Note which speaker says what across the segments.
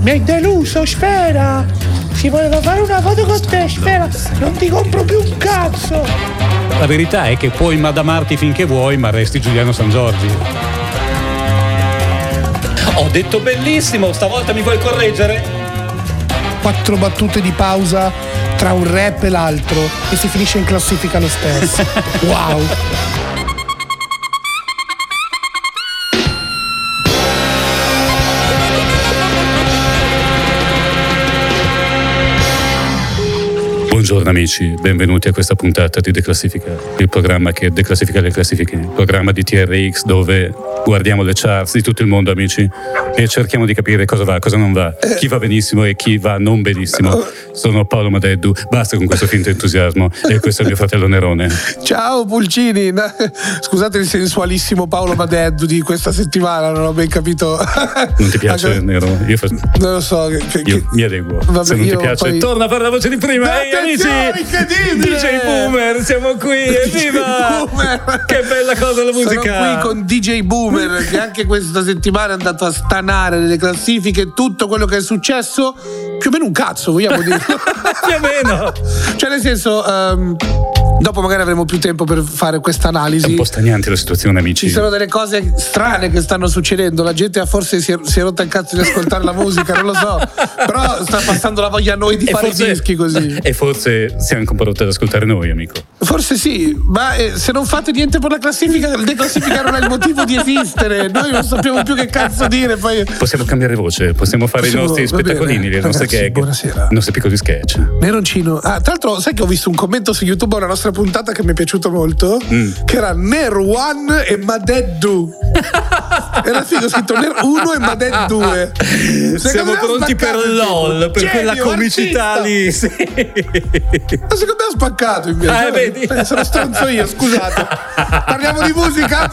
Speaker 1: Mi hai deluso, Sfera. Si voleva fare una foto con te, Sfera. Non ti compro più un cazzo.
Speaker 2: La verità è che puoi madamarti finché vuoi, ma resti Giuliano Sangiorgi. Ho detto bellissimo, stavolta mi vuoi correggere?
Speaker 1: 4 battute di pausa tra un rap e l'altro e si finisce in classifica lo stesso. Wow.
Speaker 2: Buongiorno amici, benvenuti a questa puntata di Declassifica, il programma che declassifica le classifiche, il programma di TRX dove guardiamo le charts di tutto il mondo, amici, e cerchiamo di capire cosa va, cosa non va, chi va benissimo e chi va non benissimo. Sono Paolo Madeddu, basta con questo finto entusiasmo, e questo è il mio fratello Nerone.
Speaker 1: Ciao Pulcini, scusate il sensualissimo Paolo Madeddu di questa settimana, non ho ben capito.
Speaker 2: Non ti piace Nero?
Speaker 1: Non lo so.
Speaker 2: Io mi adeguo.
Speaker 1: Vabbè,
Speaker 2: se non ti piace,
Speaker 1: poi...
Speaker 2: torna a fare la voce di prima. Ehi amici, DJ Boomer, siamo qui, evviva! Che bella cosa la musica!
Speaker 1: Sono qui con DJ Boomer, che anche questa settimana è andato a stanare nelle classifiche tutto quello che è successo, più o meno un cazzo, vogliamo dire.
Speaker 2: Più o meno.
Speaker 1: Cioè nel senso, dopo magari avremo più tempo per fare questa analisi.
Speaker 2: È un po' stagnante la situazione, amici.
Speaker 1: Ci sono delle cose strane che stanno succedendo. La gente forse si è rotta il cazzo di ascoltare la musica, non lo so. Però sta passando la voglia a noi di fare i dischi così.
Speaker 2: E forse siamo anche un po' rotti ad ascoltare noi, amico.
Speaker 1: Forse sì, ma se non fate niente per la classifica, il declassifica non è il motivo di esistere. Noi non sappiamo più che cazzo dire. Poi...
Speaker 2: Possiamo cambiare voce, possiamo fare i nostri spettacolini, le nostre gag.
Speaker 1: Buonasera.
Speaker 2: I nostri piccoli sketch.
Speaker 1: Neroncino. Tra l'altro, sai che ho visto un commento su YouTube a una nostra puntata che mi è piaciuto molto? Che era Ner1 e Madeddu. Era figo, scritto Ner1 e Madeddu.
Speaker 2: Siamo pronti per LOL, per quella comicità
Speaker 1: artista.
Speaker 2: lì. Sì.
Speaker 1: Ma secondo me ha spaccato invece.
Speaker 2: Vedi?
Speaker 1: Sono stronzo io, scusate. Parliamo di musica.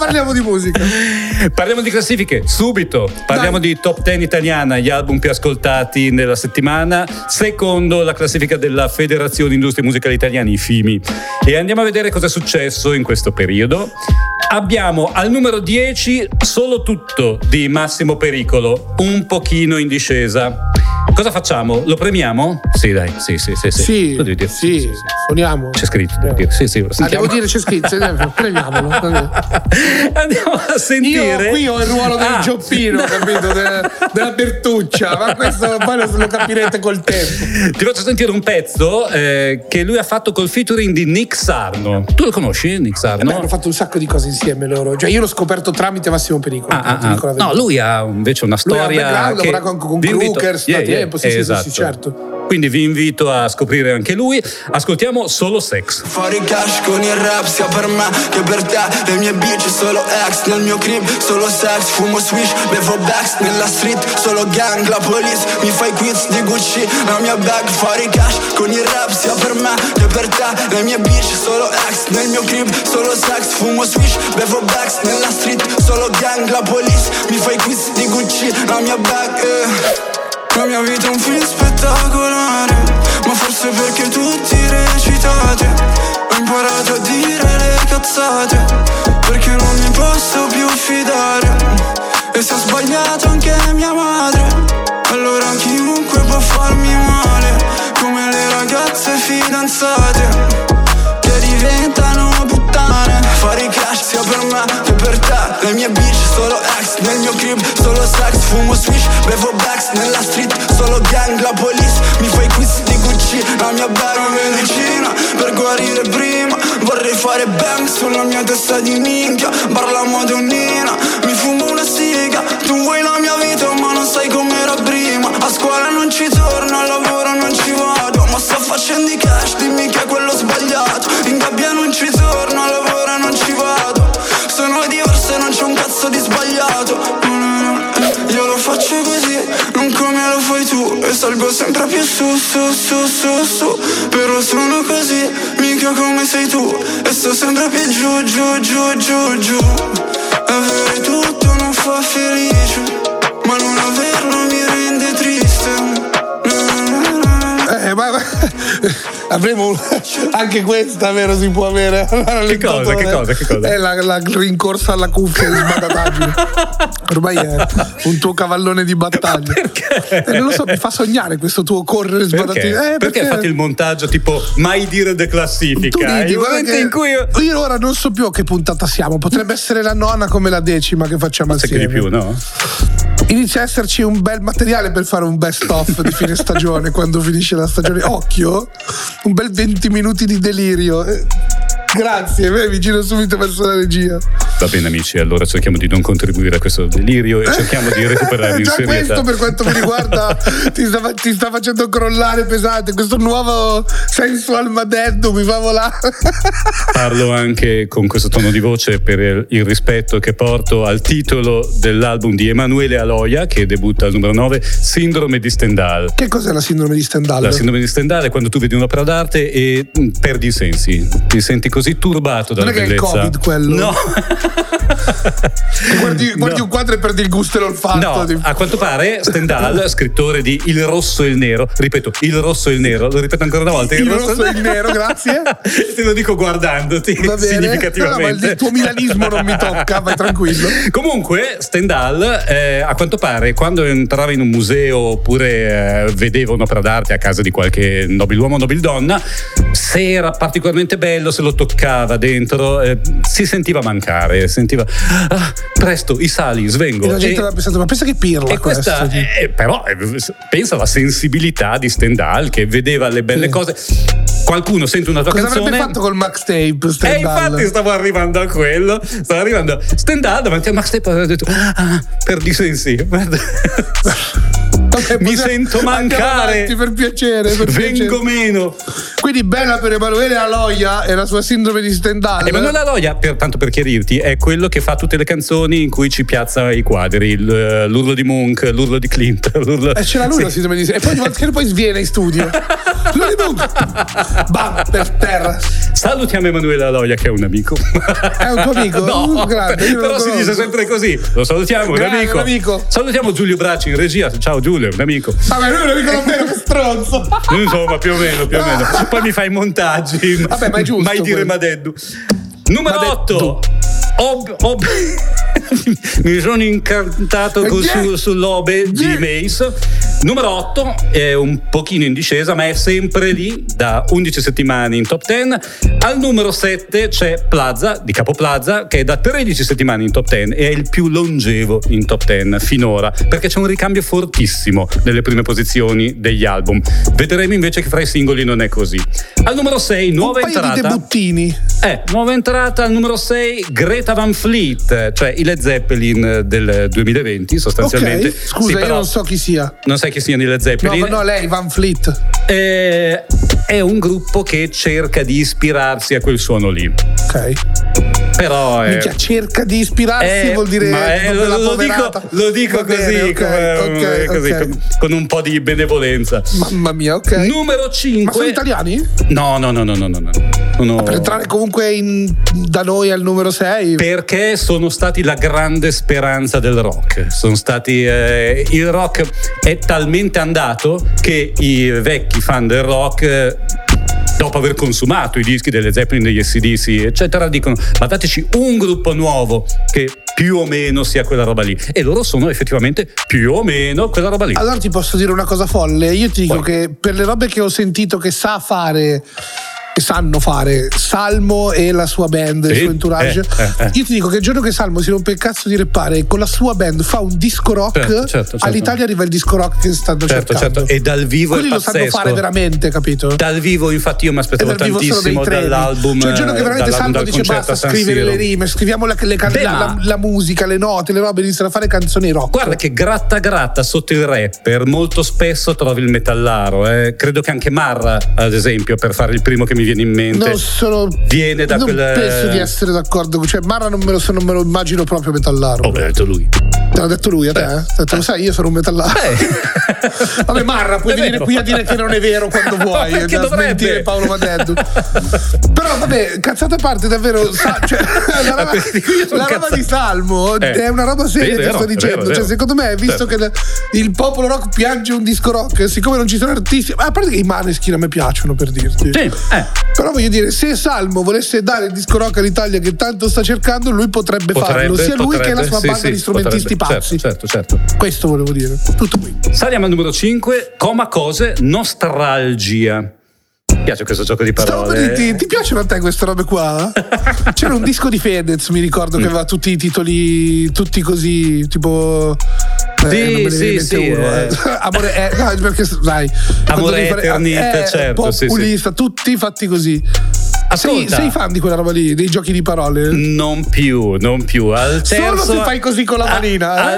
Speaker 2: Parliamo di classifiche, subito. Parliamo di top 10 italiana, gli album più ascoltati nella settimana, secondo la classifica della Federazione Industrie Musicali Italiane, i FIMI. E andiamo a vedere cosa è successo in questo periodo. Abbiamo al numero 10 Solo tutto di Massimo Pericolo, un pochino in discesa. Cosa facciamo? Lo premiamo? Sì, dai, sì.
Speaker 1: Sì, suoniamo.
Speaker 2: C'è scritto, devo dire. Sì,
Speaker 1: devo dire c'è scritto, premiamolo.
Speaker 2: Andiamo a sentire.
Speaker 1: Io qui ho il ruolo del Gioppino, capito? Della Bertuccia, ma questo poi lo capirete col tempo.
Speaker 2: Ti faccio sentire un pezzo che lui ha fatto col featuring di Nick Sarno. Tu lo conosci, Nick Sarno?
Speaker 1: Hanno fatto un sacco di cose insieme loro. Cioè io l'ho scoperto tramite Massimo Pericolo.
Speaker 2: No, lui ha invece una storia che
Speaker 1: lavora con Crookers da tempo,
Speaker 2: esatto.
Speaker 1: Sì, certo.
Speaker 2: Quindi vi invito a scoprire anche lui. Ascoltiamo Solo Sex.
Speaker 3: Fuori cash con il rap, sia per me che per te. Le mie bitch solo ex, nel mio crib solo sex. Fumo swish, bevo backs nella street, solo gang, la police mi fai quiz di Gucci, la mia bag. Fuori cash con il rap, sia per me che per te. Le mie bitch solo ex, nel mio crib solo sex. Fumo swish, bevo backs nella street, solo gang, la police mi fai quiz di Gucci, la mia bag. La mia vita è un film spettacolare, ma forse perché tutti recitate. Ho imparato a dire le cazzate, perché non mi posso più fidare. E se ho sbagliato anche mia madre, allora chiunque può farmi male, come le ragazze fidanzate che diventano puttane. Fare cash sia per me che per te. Le mie bitch solo ex, nel mio crib solo sex. Fumo swish, bevo backs nella street, solo gang, la police mi fai quiz di Gucci, la mia bag medicina per guarire prima. Vorrei fare bang sulla mia testa di minchia, parliamo di un'ina, mi fumo una siga. Tu vuoi la mia vita ma non sai com'era prima. A scuola non ci torno, al lavoro non ci vado, ma sto facendo i cash, dimmi che è quello sbagliato. In gabbia non ci torno, al lavoro non ci vado. Sono diverso e non c'è un cazzo di sbagliato. Io lo faccio così, non come lo fai tu, e salgo sempre più su. Però sono così, mica come sei tu, e sto sempre più giù. Avere tutto non fa felice, ma non averlo mi rende triste.
Speaker 1: Avremo anche questa, vero? Si può avere.
Speaker 2: Che cosa?
Speaker 1: È la rincorsa alla cuffia di sbatataggine. Ormai è un tuo cavallone di battaglia.
Speaker 2: Perché?
Speaker 1: Non lo so, mi fa sognare questo tuo correre sbattattine.
Speaker 2: Perché fate il montaggio tipo mai dire de classifica?
Speaker 1: Tu ridi, in cui io ora non so più a che puntata siamo. Potrebbe essere la nona come la 10ª che facciamo assieme.
Speaker 2: Che di più, no?
Speaker 1: Inizia a esserci un bel materiale per fare un best of di fine stagione quando finisce la stagione. Occhio, un bel 20 minuti di delirio. Grazie, mi giro subito verso la regia.
Speaker 2: Va bene amici, allora cerchiamo di non contribuire a questo delirio e cerchiamo di recuperare in
Speaker 1: già
Speaker 2: serietà.
Speaker 1: Questo per quanto mi riguarda ti sta facendo crollare pesante. Questo nuovo sensual madeddo mi fa volare.
Speaker 2: Parlo anche con questo tono di voce per il rispetto che porto al titolo dell'album di Emanuele Aloia, che debutta al numero 9, Sindrome di Stendhal.
Speaker 1: Che cos'è la sindrome di Stendhal?
Speaker 2: La sindrome di Stendhal è quando tu vedi un'opera d'arte e perdi i sensi, ti senti così turbato dalla bellezza.
Speaker 1: Non è che è il Covid quello?
Speaker 2: No.
Speaker 1: guardi un quadro e perdi il gusto e l'olfatto.
Speaker 2: No, a quanto pare Stendhal, scrittore di Il rosso e il nero, ripeto, Il rosso e il nero, lo ripeto ancora una volta,
Speaker 1: Il rosso e il nero, grazie.
Speaker 2: Te lo dico guardandoti significativamente.
Speaker 1: No, ma il tuo milanismo non mi tocca, vai tranquillo.
Speaker 2: Comunque Stendhal, a quanto pare, quando entrava in un museo oppure vedeva un'opera d'arte a casa di qualche nobiluomo o nobildonna, se era particolarmente bello, se lo toccava dentro, si sentiva mancare, sentiva presto i sali, svengo.
Speaker 1: E la gente aveva pensato, ma pensa che pirla.
Speaker 2: E questa però pensa alla sensibilità di Stendhal, che vedeva le belle cose. Qualcuno sente una tua
Speaker 1: Cosa
Speaker 2: canzone.
Speaker 1: avrebbe fatto col Max Tape Stendhal?
Speaker 2: Infatti stavo arrivando a quello. Stavo arrivando Stendhal davanti a Max Tape, aveva detto perdi i sensi. Mi sento mancare,
Speaker 1: per piacere,
Speaker 2: vengo meno.
Speaker 1: Quindi bella per Emanuele Aloia e la sua sindrome di Stendhal.
Speaker 2: Emanuele Aloia, tanto per chiarirti, è quello che fa tutte le canzoni in cui ci piazza i quadri, l'urlo di Munch, l'urlo di Clint,
Speaker 1: ce l'ha lui la sindrome di Stendhal. E poi sviene in studio. L'urlo di Munch, bam, per terra.
Speaker 2: Salutiamo Emanuele Aloia, che è un amico.
Speaker 1: È un tuo amico?
Speaker 2: No,
Speaker 1: grande,
Speaker 2: però si dice sempre così. Lo salutiamo,
Speaker 1: grande,
Speaker 2: un amico. Salutiamo Giulio Bracci in regia. Ciao Giulio, un amico.
Speaker 1: Ma lui è un amico davvero, che stronzo.
Speaker 2: Insomma, più o meno. Poi mi fai i montaggi.
Speaker 1: Vabbè, ma è giusto.
Speaker 2: Mai dire Madeddu. Numero 8. Mi sono incantato sull'Obe di Mace. Numero 8 è un pochino in discesa, ma è sempre lì da 11 settimane in top 10. Al numero 7 c'è Plaza, di Capo Plaza, che è da 13 settimane in top 10 e è il più longevo in top 10 finora, perché c'è un ricambio fortissimo nelle prime posizioni degli album. Vedremo invece che fra i singoli non è così. Al numero 6 nuova entrata.
Speaker 1: Di debuttini.
Speaker 2: Nuova entrata al numero 6, Greta Van Fleet, cioè i Led Zeppelin del 2020 sostanzialmente.
Speaker 1: Ok, scusa, io non so chi sia.
Speaker 2: Non sai chi siano i Led Zeppelin?
Speaker 1: No, lei, Van Fleet.
Speaker 2: È un gruppo che cerca di ispirarsi a quel suono lì.
Speaker 1: Ok.
Speaker 2: Però
Speaker 1: minchia, cerca di ispirarsi, vuol dire
Speaker 2: lo dico così,
Speaker 1: okay.
Speaker 2: con un po' di benevolenza.
Speaker 1: Mamma mia, ok.
Speaker 2: Numero 5.
Speaker 1: Ma sono italiani?
Speaker 2: No.
Speaker 1: Per entrare comunque da noi al numero 6.
Speaker 2: Perché sono stati la grande speranza del rock. Sono stati il rock è talmente andato che i vecchi fan del rock, dopo aver consumato i dischi delle Zeppelin, degli AC/DC eccetera, dicono: ma dateci un gruppo nuovo che più o meno sia quella roba lì, e loro sono effettivamente più o meno quella roba lì.
Speaker 1: Allora ti posso dire una cosa folle, io ti dico che per le robe che ho sentito che sanno fare Salmo e la sua band, il suo entourage, io ti dico che il giorno che Salmo si rompe il cazzo di rappare con la sua band fa un disco rock, certo. All'Italia arriva il disco rock che stanno cercando.
Speaker 2: Certo. E dal vivo
Speaker 1: quelli
Speaker 2: è pazzesco.
Speaker 1: Lo sanno fare veramente, capito?
Speaker 2: Dal vivo infatti io mi aspettavo tantissimo dall'album,
Speaker 1: cioè il giorno che veramente Salmo dice basta scrivere le rime, scriviamo la musica, le note, le robe, iniziano a fare canzoni rock.
Speaker 2: Guarda che gratta sotto il rapper molto spesso trovi il metallaro, credo che anche Marra, ad esempio, per fare il primo che mi viene in mente, viene da
Speaker 1: non penso di essere d'accordo, cioè Marra non me lo immagino proprio metallaro.
Speaker 2: L'ha detto lui.
Speaker 1: Te l'ha detto lui a te? Lo sai, io sono un metallaro. Vabbè, Marra, puoi venire qui a dire che non è vero quando vuoi, da smentire Paolo Madeddu. Però vabbè, cazzata a parte, davvero, cioè, la roba di Salmo è una roba seria, che sto dicendo. Cioè, secondo me, visto che il popolo rock piange un disco rock, siccome non ci sono artisti, a parte che i Maneskin a me piacciono, per dirti. Sì, però voglio dire, se Salmo volesse dare il disco rock all'Italia che tanto sta cercando, lui potrebbe farlo, sia lui che la sua banda di strumentisti pazzi.
Speaker 2: Certo.
Speaker 1: Questo volevo dire. Tutto qui.
Speaker 2: Saliamo al numero 5, Coma Cose, Nostralgia. Mi piace questo gioco di parole.
Speaker 1: Ti piacciono a te queste robe qua? C'era un disco di Fedez, mi ricordo, che aveva tutti i titoli, tutti così, tipo...
Speaker 2: Sì.
Speaker 1: Amore, no, perché sai,
Speaker 2: Amore Eternit, certo.
Speaker 1: Populista, tutti fatti così.
Speaker 2: Ascolta,
Speaker 1: sei fan di quella roba lì, dei giochi di parole?
Speaker 2: Non più. Al terzo,
Speaker 1: solo se fai così con la manina.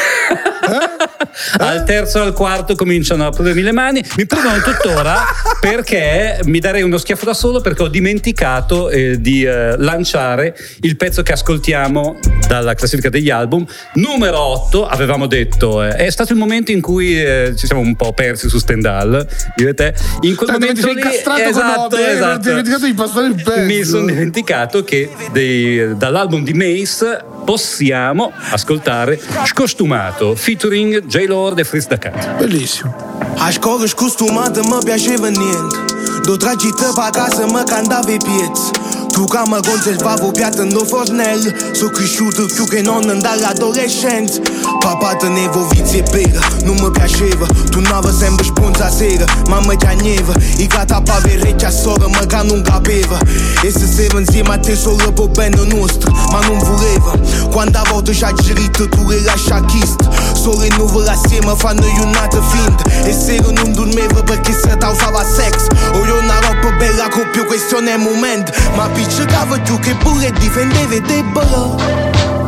Speaker 2: Al terzo e al quarto cominciano a prendermi le mani, mi prendono tuttora perché mi darei uno schiaffo da solo, perché ho dimenticato di lanciare il pezzo che ascoltiamo dalla classifica degli album. Numero 8, avevamo detto, è stato il momento in cui ci siamo un po' persi su Stendhal, direte. In quel momento lì, esatto. Mi sono dimenticato che dall'album di Mace possiamo ascoltare Scostumato featuring J-Lord e Fritz da Cat.
Speaker 1: Bellissimo.
Speaker 4: A scola scostumată mă piaceva niente. Do tragită pe acasă mă candavi pieți. Tu ca mă conservavo piată în fornel. So cresciuto più che non dall'adolescenza. Papà tenevo vizi e pera, non mi piaceva. Tu n'ava sempre sponza sera, ma mi chiagneva. I gata pa verrecchia sora ma che non capeva. E se stava insieme a te solo per bene nostro, ma non voleva. Quando a volte ci ha gerito tu le lascia chist. Solo e nuvole assieme fanno un'altra finta. E sera non dormeva perché se usava sex. Ora una roba bella coppia, questione è momento. Ma piccicava più che pure difendeva e debole.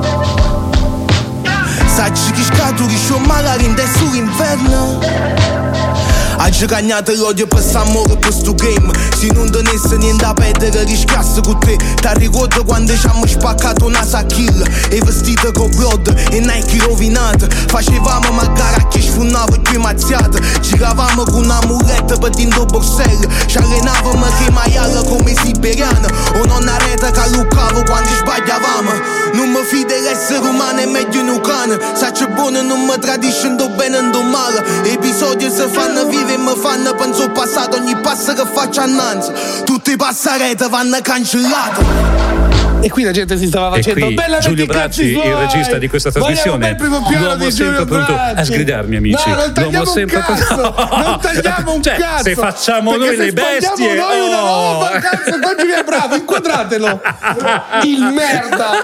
Speaker 4: Saci che scaturi și o malare in desul inverno. Ha gigagnato l'odio per s'amore per sto game. Se non tenesse niente a perdere rischiasse con te. Ti ricordo quando ci hanno spaccato una sacchilla. E vestita con blood e Nike rovinata. Facevamo magari a chi sfumava più mazziata. Giravamo con una muletta battendo borselle. Ci allenavamo che maiala come siberiana. O nonna reta che luccavo quando sbagliavamo. Non mi fido dell'essere umano, è meglio in un cane. Sacce buono non mi tradisce bene e male. Episodi si fanno vivere e mi fanno penso al passato. Ogni passo che faccio annanzi, tutte i passarete vanno cancellate.
Speaker 1: E qui la gente si stava facendo bella
Speaker 2: Giulio Bracci, il regista di questa trasmissione, l'uomo sempre pronto a sgridarmi, amici.
Speaker 1: No, non tagliamo un cazzo, non tagliamo un cazzo.
Speaker 2: Se facciamo noi le bestie,
Speaker 1: noi una roba, cazzo, oggi è bravo, inquadratelo. Il merda.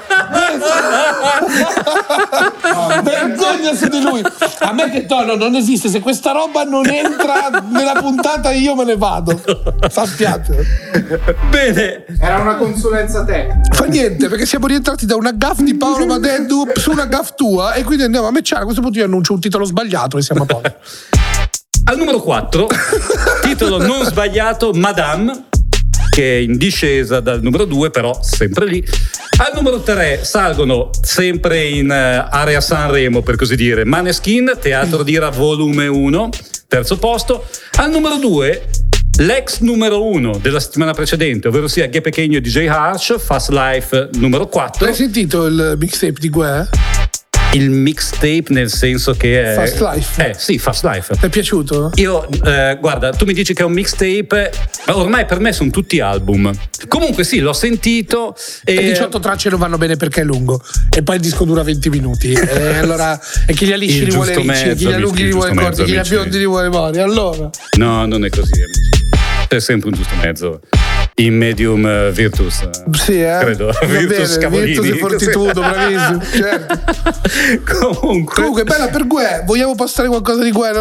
Speaker 1: Vergogna su di lui. A me che tono non esiste, se questa roba non entra nella puntata io me ne vado. Sappiate.
Speaker 2: Bene.
Speaker 5: Era una consulenza tecnica.
Speaker 1: Niente, perché siamo rientrati da una gaff di Paolo Madeddu su una gaff tua e quindi andiamo a matchare. A questo punto io annuncio un titolo sbagliato e siamo a posto.
Speaker 2: Al numero 4, titolo non sbagliato, Madame, che è in discesa dal numero 2, però sempre lì. Al numero 3 salgono sempre in area Sanremo, per così dire, Maneskin, Teatro d'Ira volume 1, terzo posto. Al numero 2 l'ex numero 1 della settimana precedente, ovvero sia Ghe Pequeno e DJ Harsh, Fast Life numero 4.
Speaker 1: Hai sentito il mixtape di Gue?
Speaker 2: Il mixtape nel senso che è
Speaker 1: Fast Life.
Speaker 2: Sì, Fast Life.
Speaker 1: Ti è piaciuto?
Speaker 2: Io guarda, tu mi dici che è un mixtape, ma ormai per me sono tutti album. Comunque sì, l'ho sentito
Speaker 1: e 18 tracce non vanno bene perché è lungo e poi il disco dura 20 minuti e allora e chi li ha lisci li vuole lisci, chi li ha lunghi li vuole corti, chi li ha biondi li vuole mori. Allora
Speaker 2: no, non è così, amici. C'è sempre un giusto mezzo. In medium virtus.
Speaker 1: Sì,
Speaker 2: credo. Virtus Cavolini.
Speaker 1: Virtus e fortitudo, bravissimo. Certo. Comunque, bella per Gue. Vogliamo passare qualcosa di Gue?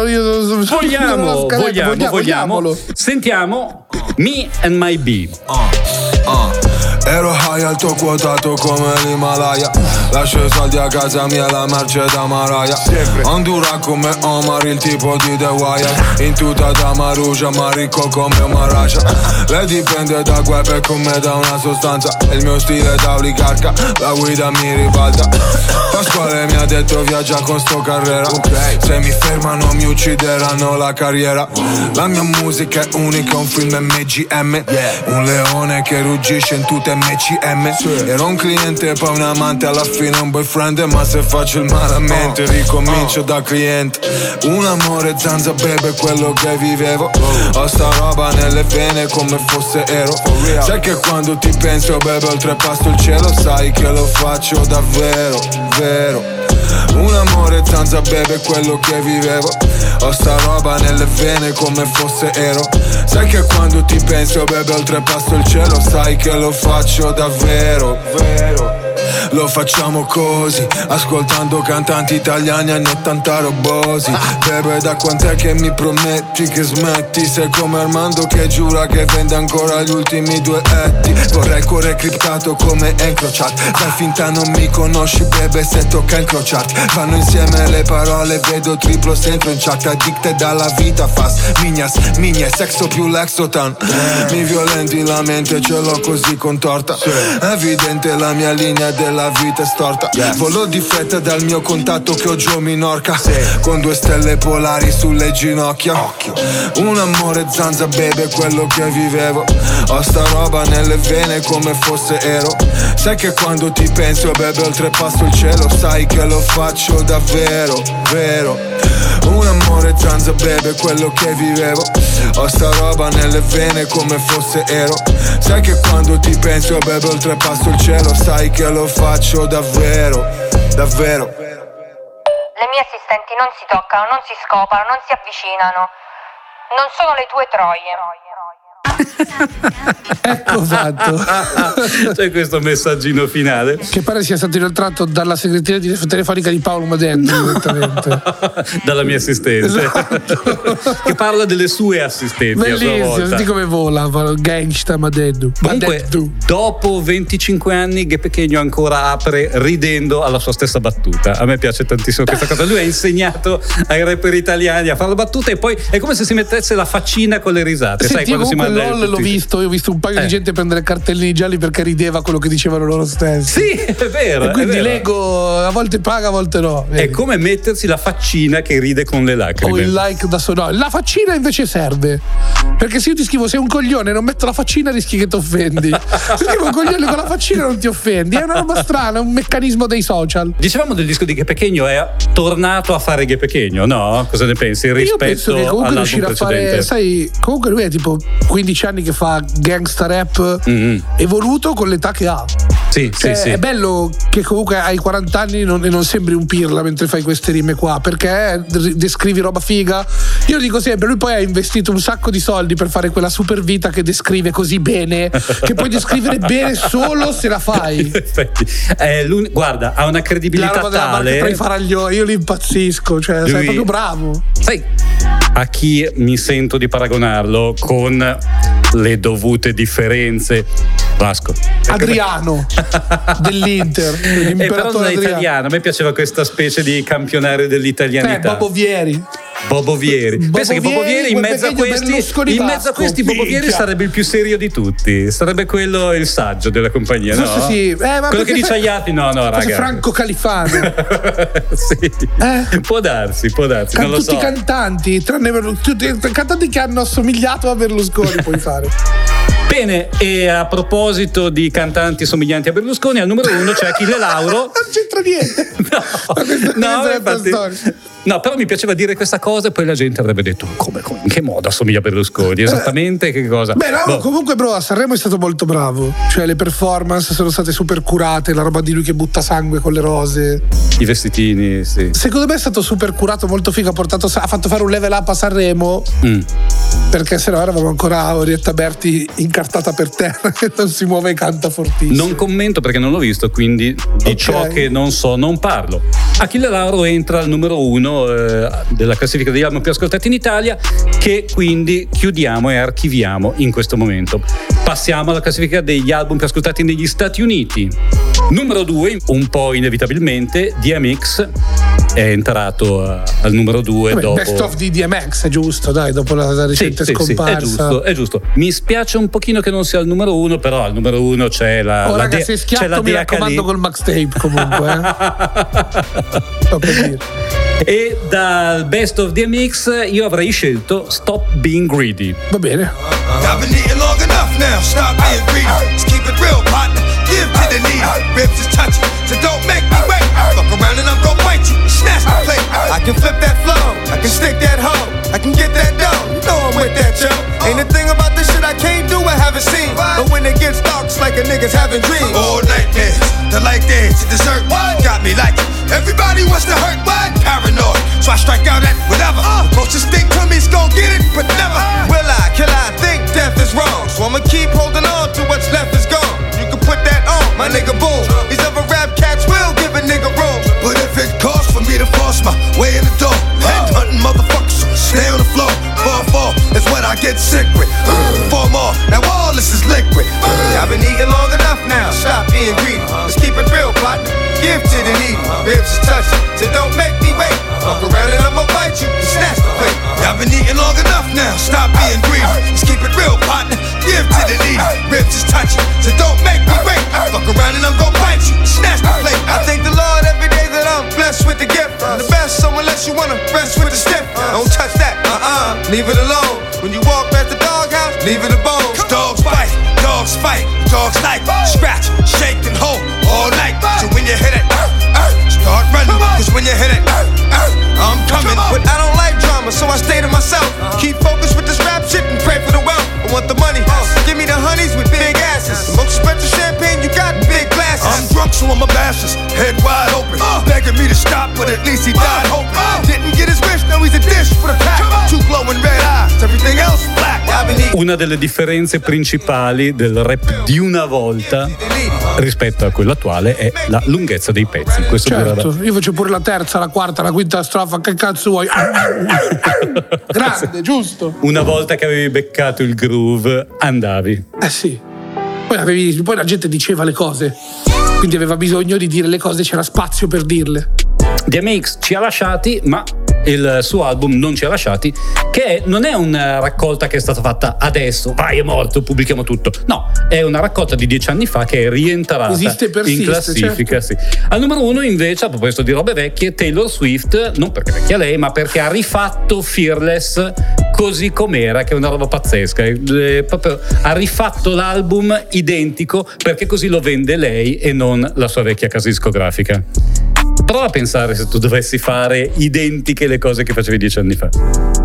Speaker 2: Vogliamo. Sentiamo Me and My Bee.
Speaker 3: Ero high alto quotato come l'Himalaya. Lascio i soldi a casa mia, la merce da Mariah. Honduras come Omar, il tipo di The Wire. In tuta da Marugia, ma ricco come Maraja. Lei dipende da web e con me da una sostanza. Il mio stile da oligarca, la guida mi ribalta. Pasquale mi ha detto viaggia con sto Carrera. Se mi fermano mi uccideranno la carriera. La mia musica è unica, un film MGM. Un leone che ruggisce in tutte MCM. Ero un cliente poi un amante, alla fine un boyfriend. Ma se faccio il male a mente ricomincio da cliente. Un amore zanza bebe quello che vivevo. Ho sta roba nelle vene come fosse ero. Sai che quando ti penso bebe oltrepasso il cielo. Sai che lo faccio davvero, vero. Un amore zanza bebe quello che vivevo. Ho sta roba nelle vene come fosse ero. Sai che quando ti penso bebe oltrepasso il cielo. Sai che lo faccio davvero, vero. Lo facciamo così, ascoltando cantanti italiani anni 80 robosi. Bebe, da quant'è che mi prometti che smetti? Sei come Armando che giura che vende ancora gli ultimi due etti. Vorrei cuore criptato come Encrochat. Fai finta non mi conosci bebe se tocca incrociarti. Vanno insieme le parole, vedo triplo se entro in chat. Addicted dalla vita fast, migne, sexo più Lexotan. Mi violenti la mente, ce l'ho così contorta. Evidente la mia linea della vita è storta. Volo di fretta dal mio contatto che ho giù Minorca. Con due stelle polari sulle ginocchia. Un amore zanza bebe quello che vivevo. Ho sta roba nelle vene come fosse ero. Sai che quando ti penso bebe oltrepasso il cielo. Sai che lo faccio davvero, vero. Un amore zanza bebe quello che vivevo. Ho sta roba nelle vene come fosse ero. Sai che quando ti penso bebe oltrepasso il cielo. Sai che lo faccio davvero, davvero.
Speaker 6: Le mie assistenti non si toccano, non si scopano, non si avvicinano. Non sono le tue troie.
Speaker 1: Ecco fatto.
Speaker 2: C'è questo messaggino finale
Speaker 1: che pare sia stato inoltrato dalla segreteria telefonica di Paolo Madeddu direttamente.
Speaker 2: Dalla mia assistente, esatto. Che parla delle sue assistenti.
Speaker 1: Bellissimo, senti come vola Gangsta Madeddu.
Speaker 2: Comunque dopo 25 anni Ghe Pequeno ancora apre ridendo alla sua stessa battuta. A me piace tantissimo questa cosa. Lui ha insegnato ai rapper italiani a fare la battuta e poi è come se si mettesse la faccina con le risate. Sai quando si manda
Speaker 1: l'ho visto, io ho visto un paio di gente prendere cartellini gialli perché rideva quello che dicevano loro stessi.
Speaker 2: Sì, è vero.
Speaker 1: E quindi
Speaker 2: è vero.
Speaker 1: Lego a volte paga, a volte no.
Speaker 2: È come mettersi la faccina che ride con le lacrime.
Speaker 1: O il like da solo. La faccina invece serve. Perché se io ti scrivo sei un coglione e non metto la faccina rischi che ti offendi. Se scrivo un coglione con la faccina non ti offendi. È una roba strana, è un meccanismo dei social.
Speaker 2: Dicevamo del disco di Ghe Pequeno, è tornato a fare Ghe Pequeno, no? Cosa ne pensi? Rispetto
Speaker 1: io penso che comunque riuscire a fare, sai, comunque lui è tipo 15 anni che fa gangsta rap evoluto con l'età che ha.
Speaker 2: Sì,
Speaker 1: cioè,
Speaker 2: sì.
Speaker 1: È bello che comunque hai 40 anni e non sembri un pirla mentre fai queste rime qua, perché descrivi roba figa. Io dico sempre, lui poi ha investito un sacco di soldi per fare quella super vita che descrive così bene, che puoi descrivere bene solo se la fai.
Speaker 2: In effetti, guarda, ha una credibilità
Speaker 1: la roba della
Speaker 2: tale.
Speaker 1: Tra i faraglioni, io li impazzisco, cioè lui, sei proprio bravo.
Speaker 2: Sai a chi mi sento di paragonarlo con le dovute differenze? Vasco
Speaker 1: Adriano dell'Inter,
Speaker 2: però non è italiano. A me piaceva questa specie di campionario dell'italianità.
Speaker 1: Bobo Vieri.
Speaker 2: Pensa che Bobo Vieri in mezzo a questi Bobo Vieri sarebbe il più serio di tutti. Sarebbe quello il saggio della compagnia,
Speaker 1: forse
Speaker 2: no?
Speaker 1: Sì.
Speaker 2: Quello che dice agli altri, no, raga.
Speaker 1: Franco Califano.
Speaker 2: Sì. Può darsi, non lo so.
Speaker 1: Tutti i cantanti, tranne tutti i cantanti che hanno assomigliato a Berlusconi puoi fare.
Speaker 2: Bene, e a proposito di cantanti somiglianti a Berlusconi, al numero 1 c'è Achille Lauro.
Speaker 1: Non c'entra niente.
Speaker 2: No, infatti. No, però mi piaceva dire questa cosa e poi la gente avrebbe detto come in che modo assomiglia a Berlusconi? Esattamente che cosa?
Speaker 1: Beh, no, comunque a Sanremo è stato molto bravo. Cioè le performance sono state super curate, la roba di lui che butta sangue con le rose.
Speaker 2: I vestitini, sì.
Speaker 1: Secondo me è stato super curato, molto figo, ha fatto fare un level up a Sanremo. Perché sennò eravamo ancora Orietta Berti incartati scartata per terra e non si muove e canta fortissimo.
Speaker 2: Non commento perché non l'ho visto, quindi di ciò che non so non parlo. Achille Lauro entra al numero 1 della classifica degli album più ascoltati in Italia, che quindi chiudiamo e archiviamo in questo momento. Passiamo alla classifica degli album più ascoltati negli Stati Uniti. Numero 2, un po' inevitabilmente, DMX è entrato al numero 2 dopo.
Speaker 1: Best of di DMX, è giusto, dai, dopo la recente scomparsa.
Speaker 2: È giusto. Mi spiace un pochino che non sia al numero 1, però al numero 1 c'è la.
Speaker 1: Oh, raga, se schiatto mi raccomando col Max Tape comunque. Sto per dire.
Speaker 2: E dal Best of DMX io avrei scelto Stop Being Greedy.
Speaker 1: Va bene.
Speaker 7: I've been eating long enough now, stop being greedy. Just keep it real, partner, give to the needy. Ribs is touching, so don't make me wait. Fuck around and I'm gon' bite you, snatch the plate. I can flip that flow, I can stick that hoe, I can get that dough. You know I'm with that, yo. Ain't a thing about this shit I can't do, I haven't seen. But when it gets dark, it's like a nigga's having dreams. All nightmares, the light dance, the dessert. Got me like everybody wants to hurt, but paranoid. So I strike out at whatever. The closest thing to me's gon' get it, but never will I, kill I think death is wrong. So I'ma keep holding on to what's left is gone. You can put that on, my nigga, boom. These other rap cats will give a nigga room. But if it costs for me to force my way in the door, head hunting motherfuckers, stay on the floor. Fall is what I get sick with. 4 more, now all this is liquid. I've been eating long enough now, stop being greedy. Let's keep it real, partner, give to the needy. Ribs is touching, so don't make me wait. Fuck around and I'ma bite you, snatch the plate. I've been eating long enough now, stop being greedy. Let's keep it real, partner, give to the needy. Ribs is touching, so don't make me wait. Fuck around and I'm gon' bite you, snatch the plate. I thank the Lord every day that I'm blessed with the gift. I'm the best, so unless you wanna rest with the stiff, don't touch that, leave it alone. When you walk past the doghouse, leave it alone. Dogs bite, dogs fight, dogs like scratch, shake and hold all night. So when you hit it, start running. Cause when you hit it, I'm coming. But I don't like drama, so I stay to myself. Keep focused with this rap shit and pray for the wealth. I want the money, give me the honeys with big asses. The most expensive champagne you got, big glasses. I'm drunk, so I'm a bastard, head wide open. Begging me to stop, but at least he died hoping. Didn't get his wish, now he's a dish for the pack. Two glowing red eyes, everything else black.
Speaker 2: Una delle differenze principali del rap di una volta rispetto a quello attuale è la lunghezza dei pezzi. Questo
Speaker 1: certo, io faccio pure la terza, la quarta, la quinta strofa, che cazzo vuoi? Grande, giusto.
Speaker 2: Una volta che avevi beccato il groove, andavi.
Speaker 1: Sì. Poi la gente diceva le cose, quindi aveva bisogno di dire le cose, c'era spazio per dirle.
Speaker 2: DMX ci ha lasciati, ma il suo album non ci ha lasciati, che non è una raccolta che è stata fatta adesso, vai, è morto, pubblichiamo tutto. No, è una raccolta di 10 anni fa che è rientrata in classifica. Certo. Sì. Al numero 1 invece, a proposito di robe vecchie, Taylor Swift, non perché vecchia lei, ma perché ha rifatto Fearless così com'era, che è una roba pazzesca. Proprio ha rifatto l'album identico, perché così lo vende lei e non la sua vecchia casa discografica. Prova a pensare se tu dovessi fare identiche le cose che facevi 10 anni fa.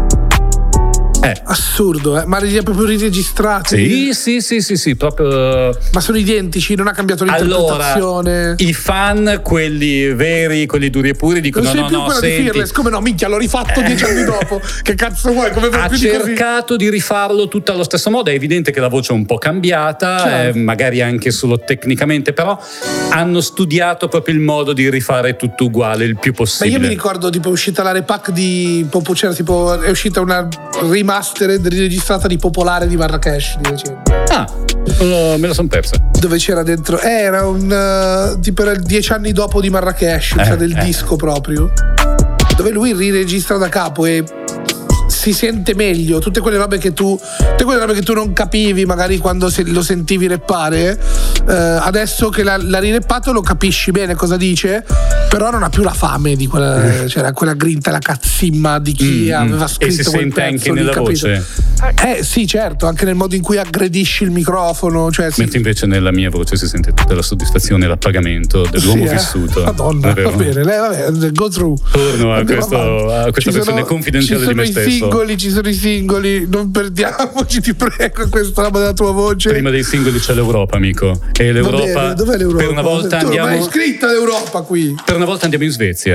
Speaker 1: Assurdo, ma li ha proprio riregistrati?
Speaker 2: Sì, proprio.
Speaker 1: Ma sono identici, non ha cambiato l'interpretazione.
Speaker 2: Allora, i fan, quelli veri, quelli duri e puri, dicono no, senti.
Speaker 1: Di Fearless, come no, minchia, l'ho rifatto 10 anni dopo. Che cazzo vuoi? Come
Speaker 2: ha cercato di rifarlo tutto allo stesso modo. È evidente che la voce è un po' cambiata, certo. Magari anche solo tecnicamente, però hanno studiato proprio il modo di rifare tutto uguale il più possibile.
Speaker 1: Ma io mi ricordo, tipo, è uscita la repack di c'era tipo, è uscita una remastered riregistrata di Popolare di Marrakesh,
Speaker 2: me la son persa.
Speaker 1: Dove c'era dentro, era un tipo, era 10 anni dopo di Marrakesh, cioè del disco proprio, dove lui riregistra da capo e si sente meglio tutte quelle robe che tu non capivi magari quando lo sentivi rappare. Adesso che l'ha rireppato lo capisci bene cosa dice, però non ha più la fame di quella, c'era quella grinta, la cazzimma di chi aveva scritto
Speaker 2: e si
Speaker 1: quel
Speaker 2: sente
Speaker 1: pezzo,
Speaker 2: anche nella voce.
Speaker 1: Sì, certo, anche nel modo in cui aggredisci il microfono, cioè,
Speaker 2: mentre invece nella mia voce si sente tutta la soddisfazione e l'appagamento dell'uomo vissuto.
Speaker 1: Madonna, va bene, vabbè, go through.
Speaker 2: Torno a questa versione confidenziale di me stesso.
Speaker 1: Ci sono i singoli, non perdiamoci, ti prego, questa roba della tua voce.
Speaker 2: Prima dei singoli c'è l'Europa, amico. E l'Europa,
Speaker 1: dov'è l'Europa?
Speaker 2: Per una volta andiamo.
Speaker 1: Ma è scritta l'Europa qui.
Speaker 2: Per una volta andiamo in Svezia.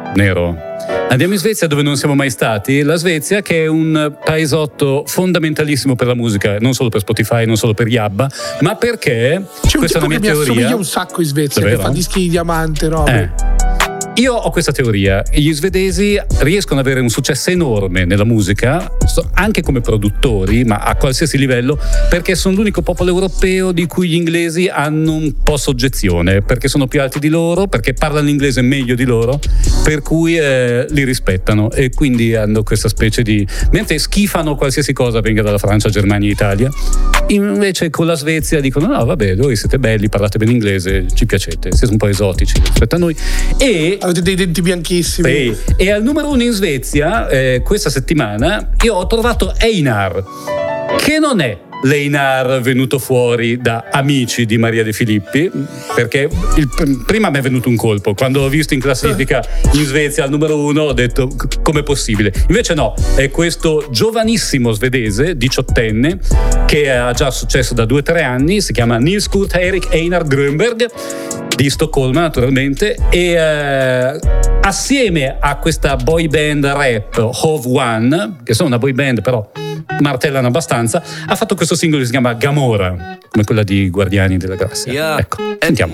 Speaker 2: Nero. Andiamo in Svezia, dove non siamo mai stati. La Svezia, che è un paesotto fondamentalissimo per la musica, non solo per Spotify, non solo per Yabba, ma perché
Speaker 1: c'è
Speaker 2: questa è una mia teoria.
Speaker 1: Mi assomiglia un sacco in Svezia,
Speaker 2: davvero?
Speaker 1: Che fa dischi di diamante, robe.
Speaker 2: Io ho questa teoria: gli svedesi riescono ad avere un successo enorme nella musica, anche come produttori, ma a qualsiasi livello, perché sono l'unico popolo europeo di cui gli inglesi hanno un po' soggezione, perché sono più alti di loro, perché parlano l'inglese meglio di loro, per cui li rispettano, e quindi hanno questa specie di... mentre schifano qualsiasi cosa venga dalla Francia, Germania, Italia, invece con la Svezia dicono: no, vabbè, voi siete belli, parlate bene inglese, ci piacete, siete un po' esotici rispetto a noi. E
Speaker 1: avete dei denti bianchissimi.
Speaker 2: Sì. E al numero 1 in Svezia questa settimana io ho trovato Einar, che non è l'Einar venuto fuori da Amici di Maria De Filippi, perché prima mi è venuto un colpo quando ho visto in classifica in Svezia al numero 1, ho detto com'è possibile. Invece no, è questo giovanissimo svedese, 18enne, che ha già successo da 2-3 anni, si chiama Nils Kurt Erik Einar Grönberg, di Stoccolma naturalmente, e assieme a questa boy band rap Hov One, che sono una boy band però martellano abbastanza, ha fatto questo singolo che si chiama Gamora, come quella di Guardiani della Galassia. Ecco, sentiamo.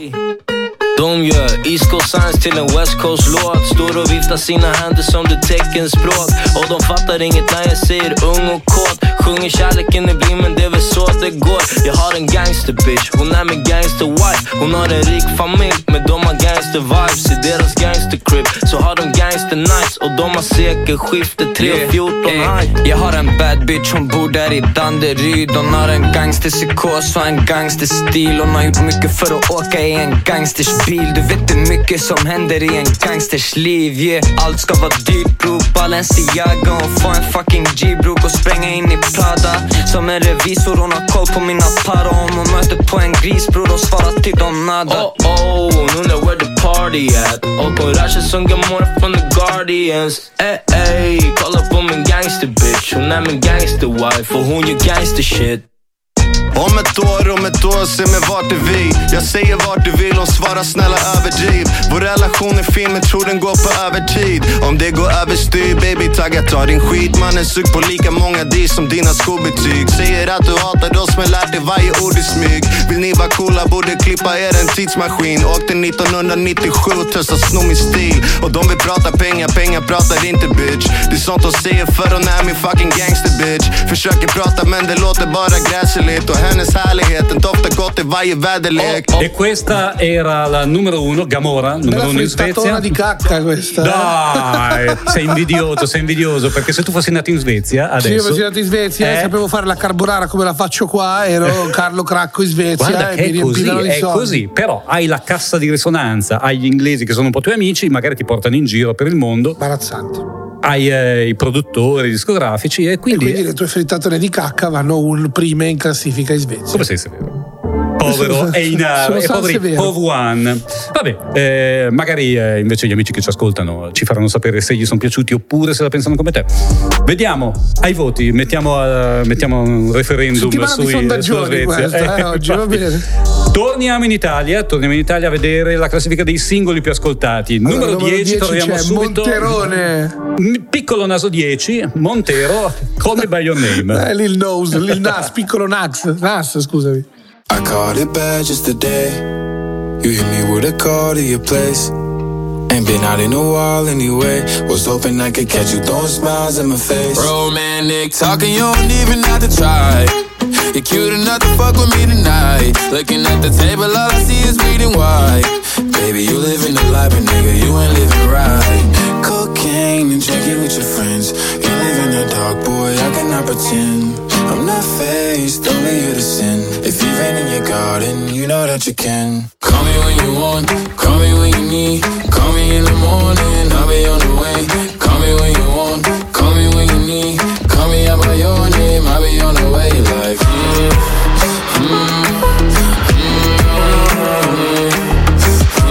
Speaker 8: De gör East Coast Science till en West Coast låt. Står och viftar sina händer som det teckenspråk. Och de fattar inget när jag säger ung och kåt. Sjunger kärleken i blind, men det är väl så det går. Jag har en gangster bitch, hon är min gangster wife. Hon har en rik familj, men de har gangster vibes. I deras gangster crib så har de gangster nights. Och de har sekelskifte 3-14 high. Jag har en bad bitch, hon bor där i Danderyd. Hon har en gangsterpsykos och en gangsterstil. Hon har gjort mycket för att åka i en gangsters bil. Du vet hur mycket som händer i en gangsters liv, yeah. Allt ska vara dyrt, bror. Balenciaga och få en fucking G-brok och spränga in i Prada. Som en revisor, hon har koll på mina para. Om hon möter på en gris, bror, och svarar till dem nada. Oh, hon undrar where the party at. Och hon rör sig som Gamora från The Guardians. Ey, kolla på min gangster bitch. Hon är min gangster wife och hon gör gangster shit.
Speaker 9: Om ett år, se mig vart är vi. Jag säger vart du vill och svara snälla överdriv. Vår relation är fin men tror den går på övertid. Om det går överstyr, baby, tagga ta din skit. Mannen sug på lika många D som dina skolbetyg. Säger att du hatar oss men lärt dig varje ord i smyg. Vill ni vara coola, borde klippa er en tidsmaskin. Åkte 1997 och testa sno min stil. Och de vill prata pengar, pengar pratar inte bitch. Det är sånt de säger för hon är min fucking gangster bitch. Försöker prata men det låter bara gräsligt. Och hennes härligheten doftar gott i varje väderlek.
Speaker 2: E questa era la numero 1, Gamora, numero 1 in Svezia.
Speaker 1: Di cacca questa.
Speaker 2: Dai, sei invidioso, perché se tu fossi nato in Svezia adesso.
Speaker 1: Se io fossi nato in Svezia e sapevo fare la carbonara come la faccio qua, ero Carlo Cracco in Svezia.
Speaker 2: Guarda che è così, però hai la cassa di risonanza, hai gli inglesi che sono un po' tuoi amici, magari ti portano in giro per il mondo.
Speaker 1: Imbarazzante.
Speaker 2: Hai i produttori discografici e quindi
Speaker 1: le tue frittatone di cacca vanno prime in classifica in Svezia.
Speaker 2: Come sei severo? Povero Einar e poveri Hov One. Vabbè, magari invece gli amici che ci ascoltano ci faranno sapere se gli sono piaciuti oppure se la pensano come te. Vediamo ai voti, mettiamo un referendum sulla Svezia.
Speaker 1: Oggi va bene.
Speaker 2: Torniamo in Italia a vedere la classifica dei singoli più ascoltati. Numero 10 troviamo subito
Speaker 1: Monterone.
Speaker 2: Piccolo naso 10, Montero, Call Me By Your Name.
Speaker 1: Lil Nas, piccolo Nas, scusami.
Speaker 3: I caught it bad just today. You hit me with a call to your place. Ain't been out in a while anyway. Was hoping I could catch you throwing smiles in my face. Romantic talking, you don't even have to try. You're cute enough to fuck with me tonight. Looking at the table, all I see is bleeding white. Baby, you living the life, but nigga, you ain't living right. Cocaine and drinking with your friends. You live in the dark, boy, I cannot pretend. I'm not faced, only you to sin. If you've been in your garden, you know that you can. Call me when you want, call me when you need. Call me in the morning, I'll be on the way. Call me when you want, call me when you need. Call me out by your name, I'll be on the way. Like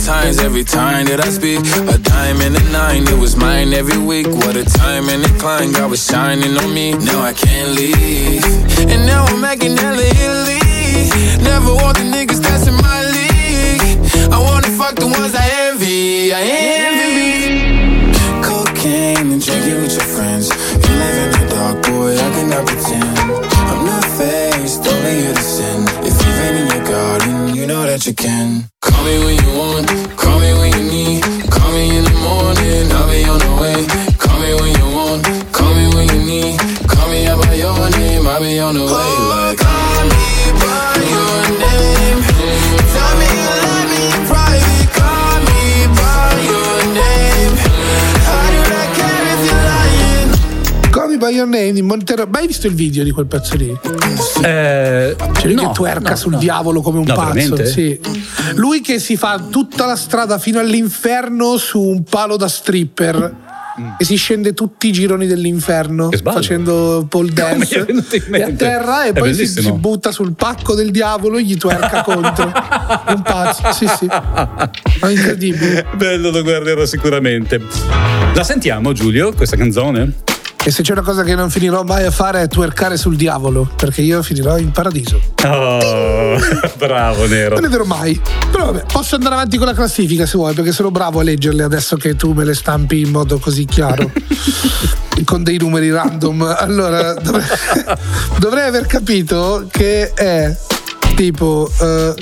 Speaker 10: times every time that I speak. A dime and a nine, it was mine every week. What a time and a climb, God was shining on me. Now I can't leave, and now I'm making hella Italy. Never want the niggas that's in my league. I wanna fuck the ones I envy. I envy cocaine and drinking with your friends. You live in the dark, boy, I cannot pretend. I'm not faced, only here to sin. If you've been in your garden, you know that you can. Call me when you want, call me when you need. Call me in the morning, I'll be on the way. Call me when you want, call me when you need. Call me out by your name, I'll be on the way. Like, call me by your name. Tell me you love me in private. Call me by your name. I do not care if you're lying.
Speaker 1: Call Me By Your Name di Montero. Ma hai visto il video di quel pezzo lì? C'è lui che twerca sul diavolo come un pazzo.
Speaker 2: Veramente?
Speaker 1: Sì. Lui che si fa tutta la strada fino all'inferno su un palo da stripper. E si scende tutti i gironi dell'inferno facendo pole dance e a terra e poi si butta sul pacco del diavolo e gli twerca contro. Un pazzo, sì. È incredibile.
Speaker 2: Bello, lo guarderò sicuramente. La sentiamo, Giulio, questa canzone?
Speaker 1: E se c'è una cosa che non finirò mai a fare è twerkare sul diavolo, perché io finirò in paradiso.
Speaker 2: Oh, bravo Nero.
Speaker 1: Non è vero mai. Però vabbè, posso andare avanti con la classifica se vuoi, perché sono bravo a leggerle adesso che tu me le stampi in modo così chiaro. Con dei numeri random. Allora, dovrei aver capito che è tipo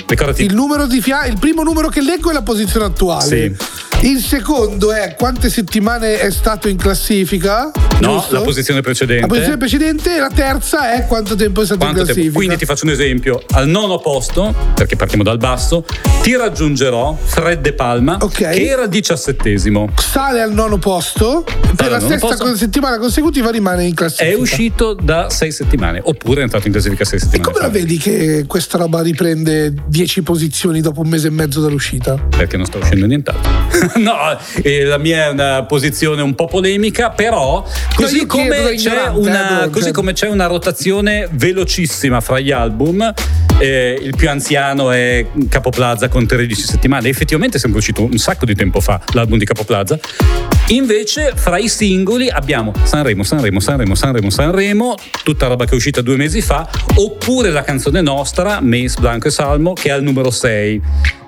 Speaker 1: il primo numero che leggo è la posizione attuale.
Speaker 2: Sì.
Speaker 1: Il secondo è quante settimane è stato in classifica.
Speaker 2: No,
Speaker 1: giusto?
Speaker 2: la posizione precedente.
Speaker 1: La posizione precedente, e la terza è quanto tempo è stato in classifica.
Speaker 2: Quindi ti faccio un esempio: al 9° posto, perché partiamo dal basso, ti raggiungerò Fred De Palma, che era 17°.
Speaker 1: Sale al 9° posto, per la sesta settimana consecutiva rimane in classifica.
Speaker 2: È uscito da 6 settimane, oppure è entrato in classifica 6 settimane.
Speaker 1: E come la vedi che questa roba riprende 10 posizioni dopo un mese e mezzo dall'uscita?
Speaker 2: Perché non sta uscendo nient'altro. No, la mia è una posizione un po' polemica, però così come c'è una rotazione velocissima fra gli album, il più anziano è Capo Plaza con 13 settimane. Effettivamente è sempre uscito un sacco di tempo fa l'album di Capo Plaza. Invece fra i singoli abbiamo Sanremo, tutta roba che è uscita 2 mesi fa, oppure la canzone nostra, Mace, Blanco e Salmo, che è al numero 6.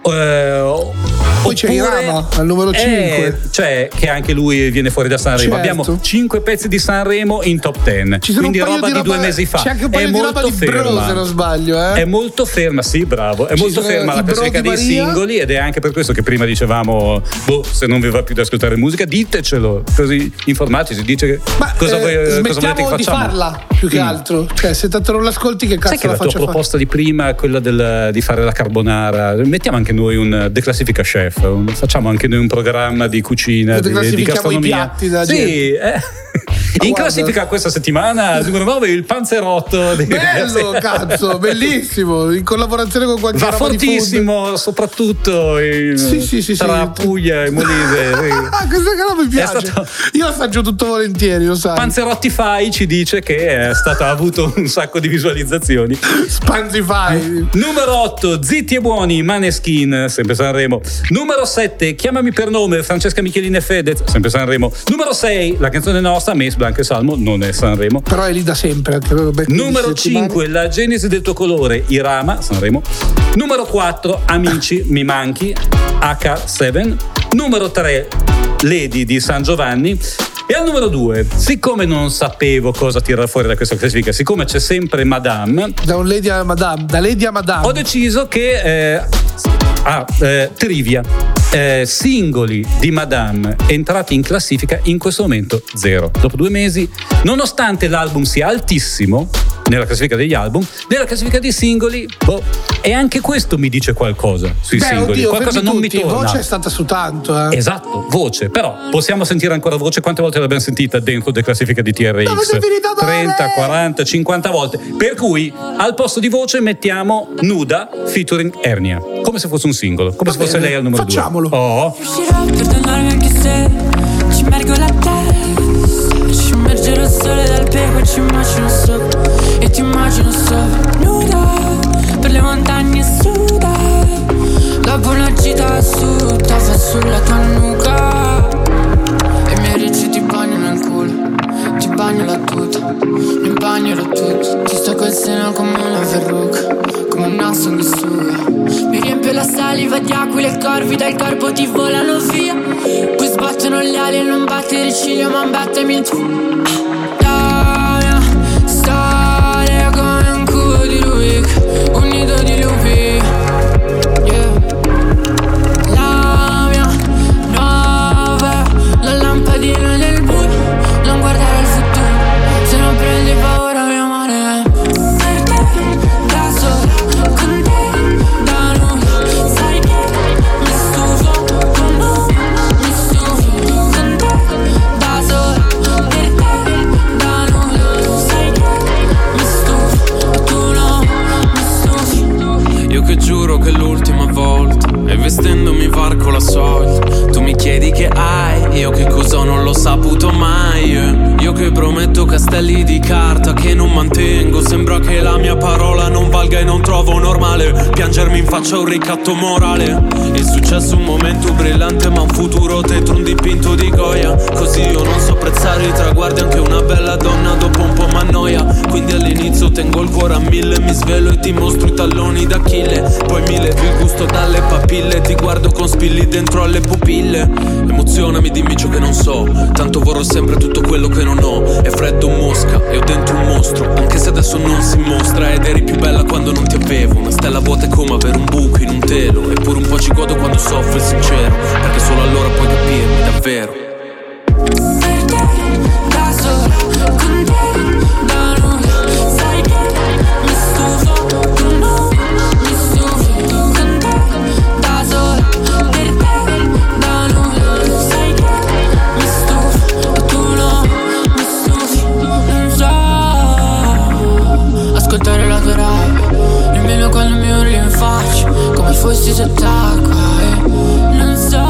Speaker 1: Poi c'è Irama al numero 5,
Speaker 2: cioè che anche lui viene fuori da Sanremo. Abbiamo 5 pezzi di Sanremo in top 10, quindi roba di 2 mesi fa.
Speaker 1: C'è anche un paio di roba di Bro, se non sbaglio,
Speaker 2: È molto ferma, sì, bravo. È molto ferma la classifica dei singoli, ed è anche per questo che prima dicevamo se non vi va più da ascoltare musica, ditecelo, così informati, si dice cosa volete che facciamo
Speaker 1: di farla più che altro. Cioè, se tanto non l'ascolti, che cazzo la faccio?
Speaker 2: La tua proposta di prima, quella di fare la carbonara, mettiamo anche noi un declassifica chef, facciamo anche noi un programma di cucina, di gastronomia.
Speaker 1: I piatti da
Speaker 2: in classifica questa settimana al numero 9 il panzerotto.
Speaker 1: Bello, cazzo, bellissimo, in collaborazione con qualche roba
Speaker 2: fortissimo, soprattutto tra Puglia e Molise.
Speaker 1: Questa roba mi piace. Io assaggio tutto volentieri, lo sai.
Speaker 2: Panzerotti Fai ci dice che ha avuto un sacco di visualizzazioni.
Speaker 1: Spanzifai.
Speaker 2: Numero 8 Zitti e Buoni, Maneskin, sempre Sanremo. Numero 7 Chiamami per nome, Francesca Michelin e Fedez, sempre Sanremo. Numero 6 la canzone nostra, Mace, Blanco e Salmo, non è Sanremo,
Speaker 1: però è lì da sempre.
Speaker 2: Numero 5 La genesi del tuo colore, Irama, Sanremo. Numero 4 Amici, Mi manchi, H7. Numero 3 Lady di San Giovanni. E al numero 2, siccome non sapevo cosa tirare fuori da questa classifica, siccome c'è sempre Madame,
Speaker 1: da Lady a Madame,
Speaker 2: ho deciso che trivia, singoli di Madame entrati in classifica in questo momento 0. Dopo 2 mesi, nonostante l'album sia altissimo nella classifica degli album, nella classifica dei singoli, e anche questo mi dice qualcosa sui singoli.
Speaker 1: Oddio,
Speaker 2: qualcosa non mi torna.
Speaker 1: Voce è stata su tanto,
Speaker 2: Esatto, voce. Però possiamo sentire ancora voce. Quante volte l'abbiamo sentita dentro la classifica di TRX? 30, 40, 50 volte. Per cui al posto di voce mettiamo Nuda featuring Ernia, come se fosse un singolo, come se fosse lei al numero 2.
Speaker 1: Facciamolo.
Speaker 11: Riuscirò per tornarmi anche se ci mergo la testa, ci immerge lo sole dal pego e ci immagino sopra, e ti immagino sopra, nuda per le montagne suda, dopo una gita assurda, ma sanguisuga. Mi riempie la saliva di aquile e corvi dal corpo ti volano via. Poi sbattono le ali e non batte il ciglio ma battemi il tuo. La mia storia è come un cubo di Rubik, un nido di lupi. Yeah. La mia nuova, la lampadina del buio. Non guardare al futuro, se non prendi paura mia male. Per te, da sola, con te, da nulla. Sai che mi stufo, tu no, mi stufi. Con te, da sola, per te, da nulla. Sai che mi stufo, tu no, mi stufi.
Speaker 10: Io che giuro che è l'ultima volta, e vestendomi varco la soglia. Tu mi chiedi che hai, io che cosa non l'ho saputo mai. Io che prometto castelli di carta che non mantengo. Sembra che la mia parola non valga e non trovo normale piangermi in faccia un ricatto morale. Il successo è un momento brillante ma un futuro tetro, un dipinto di Goya. Così io non so apprezzare i traguardi, anche una bella donna dopo un po' m'annoia. Quindi all'inizio tengo il cuore a 1000, mi svelo e ti mostro i talloni d'Achille. Poi mi levi il gusto dalle papille, ti guardo con spilli dentro alle pupille. Emozionami, dimmi ciò che non so, tanto vorrò sempre tutto quello che non ho. È freddo mosca e ho dentro un mostro, anche se adesso non si mostra. Ed eri più bella quando non ti avevo, una stella vuota è come avere un buco in un telo. Eppure un po' ci godo quando soffro il sincero, perché solo allora puoi capirmi davvero.
Speaker 11: Per te, da sola, con te, da nulla. Sai che mi stufo, tu no, mi stufi. Con te, da sola, per te, da nulla. Sai che mi stufo, tu no, mi stufi. Non so ascoltare la tua rabbia, nemmeno quando mi urli in faccia, come fossi sott'acqua. Non so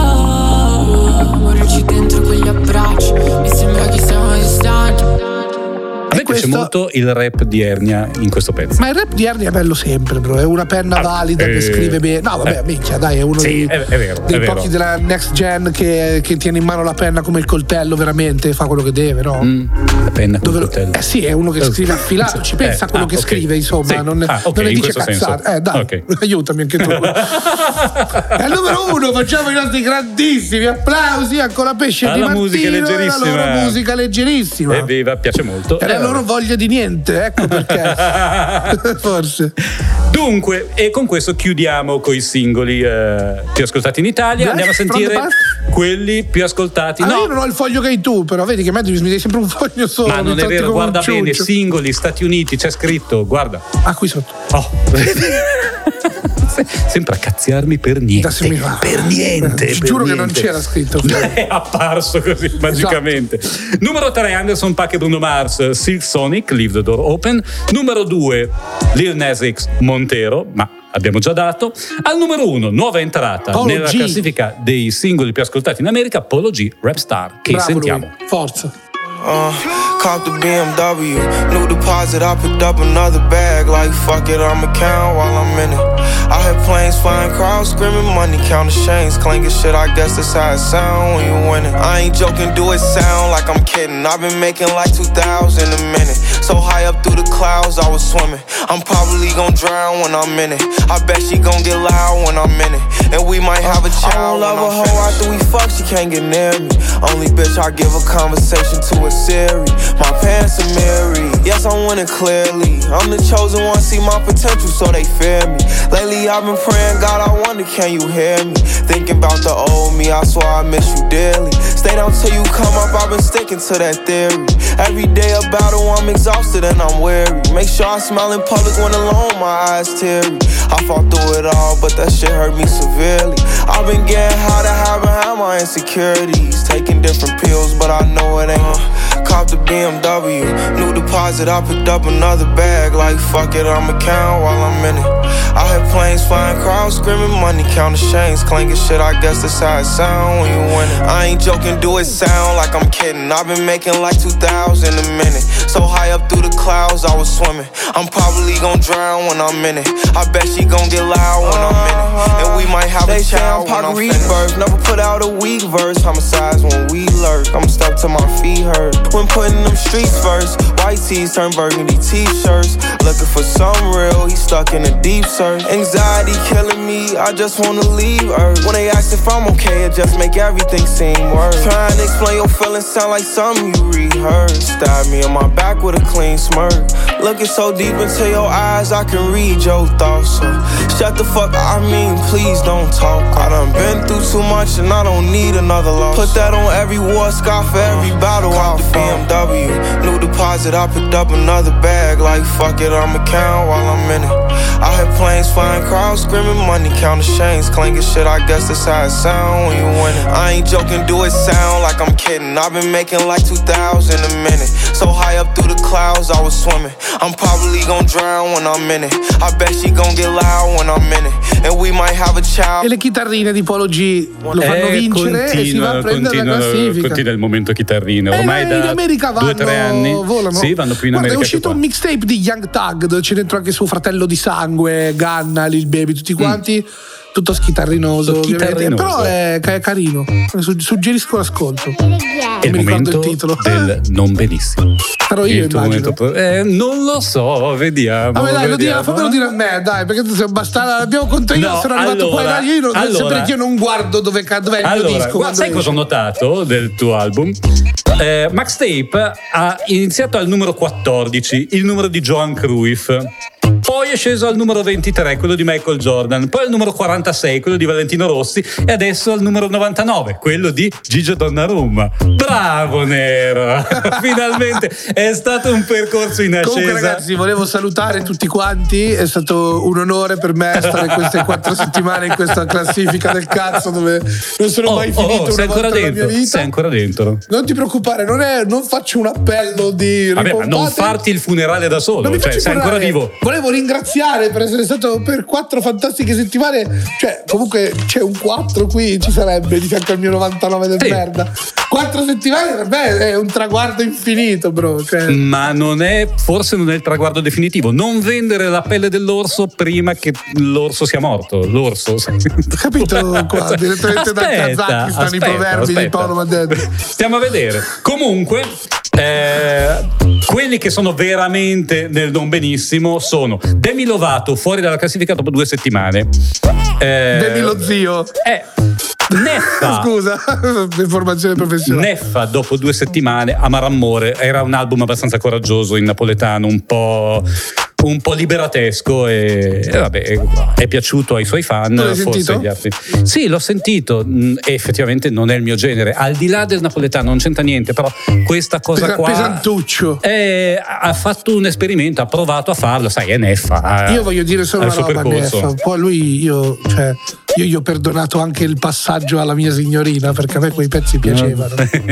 Speaker 11: morirci dentro quegli abbracci, mi sembra che siamo distanti.
Speaker 2: A me piace molto il rap di Ernia in questo pezzo.
Speaker 1: Ma il rap di Ernia è bello sempre, bro. È una penna valida che scrive bene. No, vabbè, minchia, dai, è uno
Speaker 2: sì,
Speaker 1: dei,
Speaker 2: è vero,
Speaker 1: dei pochi della next gen che tiene in mano la penna come il coltello, veramente, fa quello che deve, no?
Speaker 2: La penna come il coltello.
Speaker 1: Sì, è uno che scrive affilato, ci pensa a quello che scrive, insomma,
Speaker 2: sì.
Speaker 1: non ne dice cazzate. Dai, aiutami anche tu. E al numero 1 facciamo i nostri grandissimi applausi a Colapesce di Martino
Speaker 2: musica leggerissima.
Speaker 1: e la loro musica leggerissima.
Speaker 2: Evviva, piace molto.
Speaker 1: E la loro voglia di niente, ecco perché. Forse.
Speaker 2: Dunque, e con questo chiudiamo coi singoli più ascoltati in Italia. Andiamo a sentire quelli più ascoltati.
Speaker 1: No, io non ho il foglio che hai tu, però vedi che mi dai sempre un foglio solo.
Speaker 2: Ma non è vero, guarda bene, singoli Stati Uniti, c'è scritto, guarda.
Speaker 1: Ah, qui sotto.
Speaker 2: Oh. Sempre a cazziarmi per niente. Per niente.
Speaker 1: Giuro che non c'era scritto.
Speaker 2: È apparso così magicamente. Esatto. Numero 3 Anderson .Paak e Bruno Mars, Silk Sonic, Leave the Door Open. Numero 2 Lil Nas X, Montero, ma abbiamo già dato. Al numero 1 nuova entrata
Speaker 1: Polo
Speaker 2: nella
Speaker 1: G.
Speaker 2: classifica dei singoli più ascoltati in America, Polo G, Rap Star, che
Speaker 1: bravo
Speaker 2: sentiamo.
Speaker 1: Lui. Forza.
Speaker 12: Cop the BMW, new deposit, I picked up another bag. Like fuck it, I'ma count while I'm in it. I hear planes flying, crowds screaming, money counting chains, clanking shit. I guess that's how it sound when you win it. I ain't joking, do it sound like I'm kidding. I've been making like 2,000 a minute. So high up through the clouds, I was swimming. I'm probably gon' drown when I'm in it. I bet she gon' get loud when I'm in it. And we might have a child. I don't love a hoe after we fuck, she can't get near me. Only bitch I give a conversation to a Siri. My pants are mirrored. Yes, I'm winning clearly. I'm the chosen one, see my potential, so they fear me. Lately I've been praying, God, I wonder, can you hear me? Thinking about the old me, I swear I miss you dearly. Stay down till you come up, I've been sticking to that theory. Every day a battle, I'm exhausted and I'm weary. Make sure I smile in public when alone, my eyes teary. I fought through it all, but that shit hurt me severely. I've been getting high to hide behind my insecurities. Taking different pills, but I know it ain't. Cop the BMW, new deposit, I picked up another bag. Like fuck it, I'ma count while I'm in it. I hear planes flying, crowds screaming, money counting chains, clanking shit. I guess that's how it sound when you win it. I ain't joking, do it sound like I'm kidding. I've been making like 2,000 a minute. So high up through the clouds, I was swimming. I'm probably gon' drown when I'm in it. I bet she gon' get loud when I'm in it. And we might have a child when I'm finished. Never put out a weak verse, homicides when we lurk. I'm stuck till my feet hurt. When putting them streets first, white tees turn burgundy t-shirts. Looking for some real, he's stuck in a deep search. Anxiety killing me, I just wanna leave Earth. When they ask if I'm okay, it just make everything seem worse. Trying to explain your feelings sound like something you rehearsed. Stab me in my back with a clean smirk. Looking so deep into your eyes, I can read your thoughts. So shut the fuck up, I mean, please don't talk. I done been through too much and I don't need another loss. Put that on every war scar for every battle I fought. BMW, new deposit, I picked up another bag. Like fuck it, I'ma count while I'm in it. I hear planes flying, crowds screaming, money counting chains, clanking shit. I guess that's how it sound when you win it. I ain't joking, do it sound like I'm kidding. I've been making like 2,000 a minute. So high up through the clouds, I was swimming. I'm probably gon' drown when I'm in it. I bet she gon' get loud when I'm in it. And we might have a child.
Speaker 1: E le chitarrine di Polo G lo fanno vincere e si va a prendere la classifica.
Speaker 2: Continua il momento chitarrino. Ormai da
Speaker 1: in America vanno,
Speaker 2: 2 o 3 anni
Speaker 1: volano.
Speaker 2: Sì, vanno più in America.
Speaker 1: È uscito un mixtape di Young Thug dove c'è dentro anche suo fratello di sangue, Gunna, Lil Baby, tutti quanti. Tutto schitarrinoso, però è carino. Suggerisco l'ascolto.
Speaker 2: È il momento del non benissimo.
Speaker 1: Sarò io, immagino.
Speaker 2: Non lo so, vediamo.
Speaker 1: Vabbè, dai, fammelo dire a me, dai, perché se basta, l'abbiamo contato io, sono arrivato poi da io, sempre perché io non guardo dov'è il mio disco.
Speaker 2: Sai cosa ho notato del tuo album? Max Tape ha iniziato al numero 14, il numero di Johan Cruyff. Poi è sceso al numero 23, quello di Michael Jordan, poi al numero 46, quello di Valentino Rossi, e adesso al numero 99, quello di Gigio Donnarumma. Bravo Nero! Finalmente è stato un percorso in ascesa.
Speaker 1: Comunque ragazzi, volevo salutare tutti quanti, è stato un onore per me stare queste 4 settimane in questa classifica del cazzo dove non sono mai finito una volta nella mia vita.
Speaker 2: Sei ancora dentro.
Speaker 1: Non ti preoccupare, non faccio un appello di
Speaker 2: vabbè, ma non farti il funerale da solo, cioè sei ancora vivo.
Speaker 1: Volevo ringraziare per essere stato per 4 fantastiche settimane, cioè comunque c'è un 4 qui, ci sarebbe di fianco al mio 99 del merda. 4 settimane per me è un traguardo infinito, bro, cioè.
Speaker 2: Ma forse non è il traguardo definitivo. Non vendere la pelle dell'orso prima che l'orso sia morto. L'orso,
Speaker 1: capito? Qua direttamente da Kazakistan i proverbi di Paolo Madeddu.
Speaker 2: Stiamo a vedere. Comunque quelli che sono veramente nel non benissimo sono Demi Lovato, fuori dalla classifica dopo 2 settimane.
Speaker 1: Demi lo zio.
Speaker 2: Neffa.
Speaker 1: Scusa, informazione professionale.
Speaker 2: Neffa dopo 2 settimane, Amaramore, era un album abbastanza coraggioso in napoletano, un po' liberatesco e vabbè, è piaciuto ai suoi fan, forse agli altri. Sì, l'ho sentito e effettivamente non è il mio genere, al di là del napoletano non c'entra niente, però questa cosa qua
Speaker 1: pesantuccio.
Speaker 2: Ha fatto un esperimento, ha provato a farlo, sai, è Neffa.
Speaker 1: Io voglio dire solo una roba, Neffa. Poi lui, io gli ho perdonato anche il passaggio alla mia signorina, perché a me quei pezzi piacevano.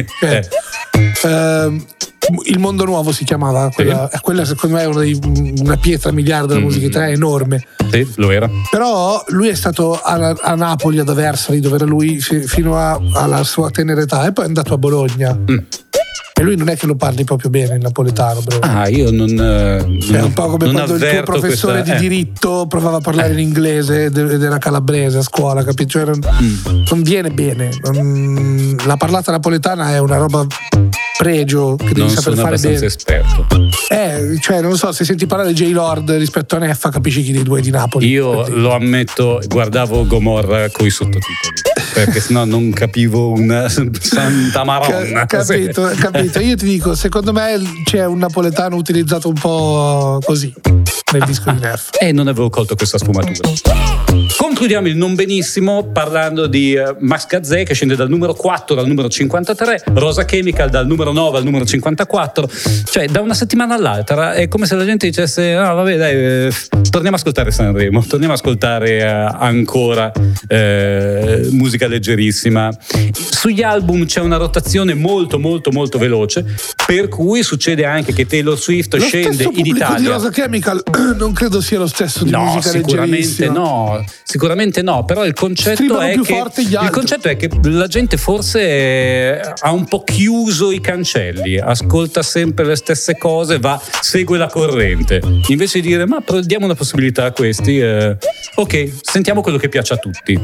Speaker 1: Il Mondo Nuovo si chiamava, quella secondo me è una pietra miliare della musica italiana, enorme.
Speaker 2: Sì, lo era.
Speaker 1: Però lui è stato a Napoli, ad Aversari, dove era lui fino alla sua tenera età, e poi è andato a Bologna. E lui non è che lo parli proprio bene il napoletano, bro.
Speaker 2: Io non
Speaker 1: è un po' come quando il tuo professore di diritto provava a parlare in inglese ed era calabrese a scuola, capito? Cioè, non viene bene. La parlata napoletana è una roba pregio che devi saper fare bene.
Speaker 2: Non sono abbastanza esperto.
Speaker 1: Cioè, non so, se senti parlare di J-Lord rispetto a Neffa, capisci chi dei due è di Napoli.
Speaker 2: Io lo ammetto, guardavo Gomorra coi sottotitoli, perché sennò non capivo una santa maronna.
Speaker 1: Capito. Io ti dico, secondo me c'è un napoletano utilizzato un po' così nel disco di Neffa.
Speaker 2: E non avevo colto questa sfumatura. Concludiamo il non benissimo parlando di Max Gazzè, che scende dal numero 4 al numero 53, Rosa Chemical dal numero 9 al numero 54. Cioè, da una settimana all'altra è come se la gente dicesse: no, vabbè, dai, torniamo a ascoltare Sanremo, torniamo a ascoltare ancora musica leggerissima. Sugli album c'è una rotazione molto molto molto veloce, per cui succede anche che Taylor Swift scende in Italia.
Speaker 1: Di Rosa Chemical non credo sia lo stesso di musica leggerissima.
Speaker 2: Sicuramente no, però il concetto è che la gente forse ha un po' chiuso i cancelli, ascolta sempre le stesse cose, segue la corrente, invece di dire ma diamo una possibilità a questi, ok, sentiamo quello che piace a tutti.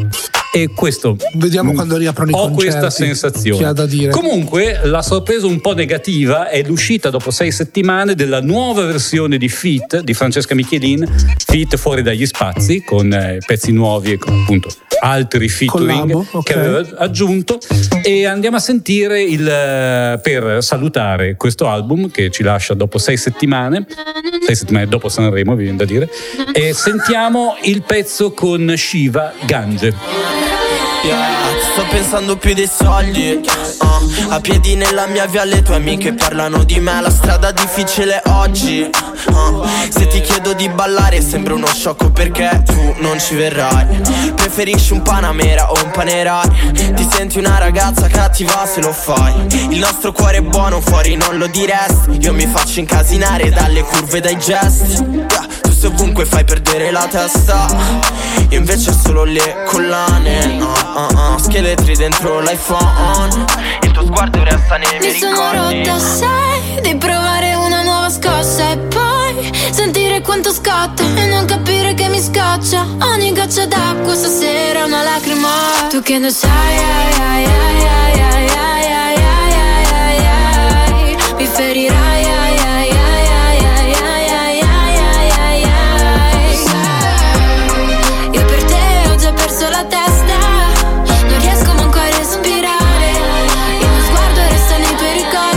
Speaker 2: E questo,
Speaker 1: vediamo quando riaprono i concerti.
Speaker 2: Ho questa sensazione.
Speaker 1: Chi ha da dire.
Speaker 2: Comunque la sorpresa un po' negativa è l'uscita dopo 6 settimane della nuova versione di Feat di Francesca Michelin, Feat Fuori dagli spazi, con pezzi nuovi e con appunto altri featuring che aveva aggiunto, e andiamo a sentire per salutare questo album che ci lascia dopo 6 settimane dopo Sanremo, vi viene da dire, e sentiamo il pezzo con Shiva, Gange.
Speaker 13: Sto pensando più dei soldi, a piedi nella mia via le tue amiche parlano di me, la strada difficile oggi, se ti chiedo di ballare sembra uno sciocco perché tu non ci verrai. Preferisci un Panamera o un Panerai? Ti senti una ragazza cattiva se lo fai. Il nostro cuore è buono, fuori non lo diresti. Io mi faccio incasinare dalle curve, dai gesti. Tu sei ovunque, fai perdere la testa. Io invece ho solo le collane, scheletri dentro l'iPhone. Il tuo sguardo resta nei miei ricordi.
Speaker 11: Mi sono rotta, sai, di provare una nuova scossa e poi sentire quanto scotta e non capire che mi scoccia. Ogni goccia d'acqua stasera è una lacrima. Tu che ne sai, ai, ai, ai, ai, ai, ai, ai, ai, ai, ai, mi ferirai, ai, ai, ai, ai, ai, ai, ai, ai, ai, ai. Io per te ho già perso la testa, non riesco manco a respirare, il mio sguardo resta nei tuoi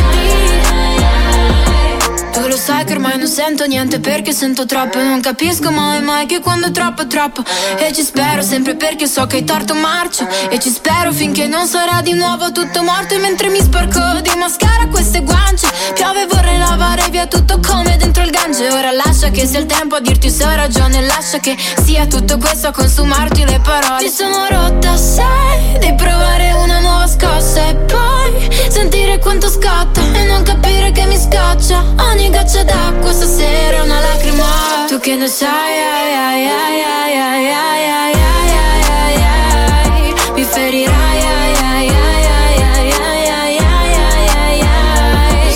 Speaker 11: ricordi. Tu lo sai che ormai non sento niente perché sento troppo e non capisco mai che quando è troppo è troppo. E ci spero sempre perché so che hai torto marcio, e ci spero finché non sarà di nuovo tutto morto. E mentre mi sporco di mascara queste guance, piove vorrei lavare via tutto come dentro il Gange. Ora lascia che sia il tempo a dirti se ho ragione, lascia che sia tutto questo a consumarti le parole. Mi sono rotta, sai, di provare una nuova scossa e poi sentire quanto scotta e non capire che mi scoccia. Ogni goccia d'acqua stasera è una lacrima. Tu che ne sai, ai, ai, ai, ai, ai, ai, ai, ai, ai, ai, mi ferirai, ai, ai, ai, ai, ai, ai, ai, ai, ai.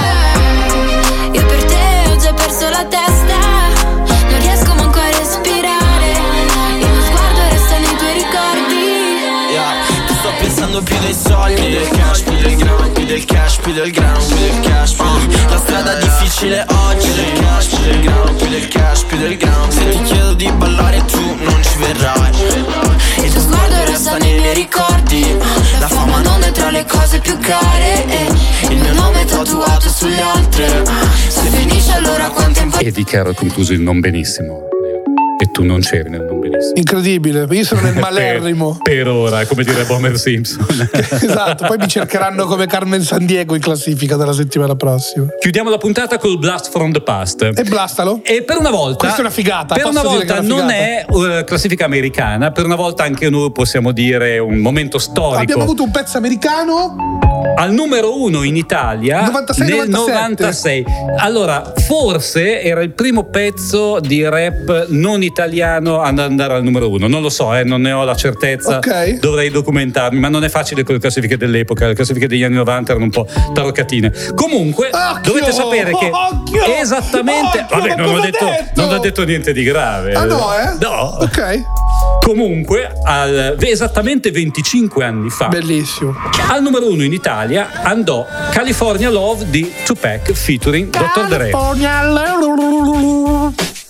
Speaker 11: Io per te ho già perso la testa, non riesco manco a respirare, il mio sguardo resta nei tuoi ricordi.
Speaker 13: Ti sto pensando più dei soldi, più del cash, più del ground, più del cash, più del ground, più del cash, la strada difficile oggi, più del cash, più del ground, più del cash, più del ground. Se ti chiedo di ballare tu non ci verrai, il tuo sguardo resta nei miei ricordi. La fama non è tra le cose più care, il mio nome è tatuato sulle altre. Se finisce allora quanto tempo.
Speaker 2: E dichiaro concluso il non benissimo. E tu non c'eri nel non benissimo.
Speaker 1: Incredibile, io sono nel malerrimo.
Speaker 2: Per ora, come direbbe Homer Simpson.
Speaker 1: Esatto, poi mi cercheranno come Carmen Sandiego in classifica della settimana prossima.
Speaker 2: Chiudiamo la puntata col Blast from the Past.
Speaker 1: E blastalo.
Speaker 2: E per una volta,
Speaker 1: questa è una figata.
Speaker 2: Per una volta non è classifica americana, per una volta anche noi possiamo dire un momento storico.
Speaker 1: Abbiamo avuto un pezzo americano
Speaker 2: al numero 1 in Italia 96, nel 96. Allora, forse era il primo pezzo di rap non italiano ad andare al numero 1. Non lo so, non ne ho la certezza.
Speaker 1: Okay.
Speaker 2: Dovrei documentarmi, ma non è facile con le classifiche dell'epoca. Le classifiche degli anni 90 erano un po' taroccatine. Comunque, dovete sapere che esattamente. Vabbè, non ho detto niente di grave.
Speaker 1: Ah, no,
Speaker 2: No.
Speaker 1: Ok.
Speaker 2: Comunque, esattamente 25 anni fa,
Speaker 1: bellissimo,
Speaker 2: al numero 1 in Italia andò California Love di Tupac featuring Dr. Dre.
Speaker 1: California Love.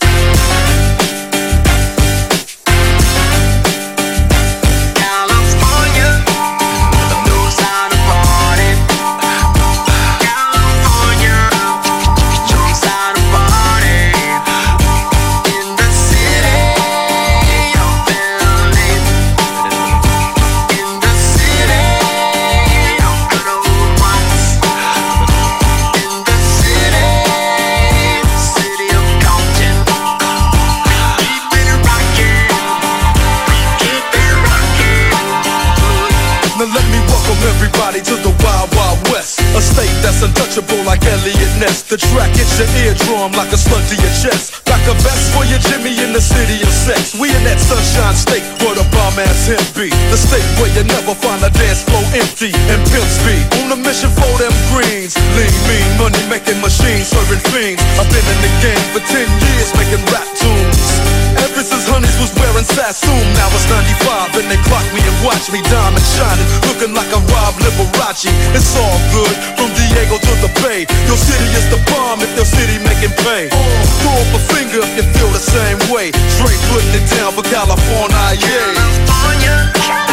Speaker 14: To the Wild Wild West, a state that's untouchable like Elliot Ness. The track hits your eardrum like a slug to your chest. Like a vest for your Jimmy in the city of sex. We in that sunshine state where the bomb ass him be. The state where you never find a dance floor empty and pimp speed. On a mission for them greens. Lean, mean, money making machines, serving fiends. I've been in the game for 10 years making rap tunes. Ever since Honeys was wearing Sassoon, now it's 95 and they clock me and watch me diamond shining, looking like a Rob Liberace. It's all good, from Diego to the Bay. Your city is the bomb if your city making pay. Throw up a finger if you feel the same way. Straight putting it down for California, yeah.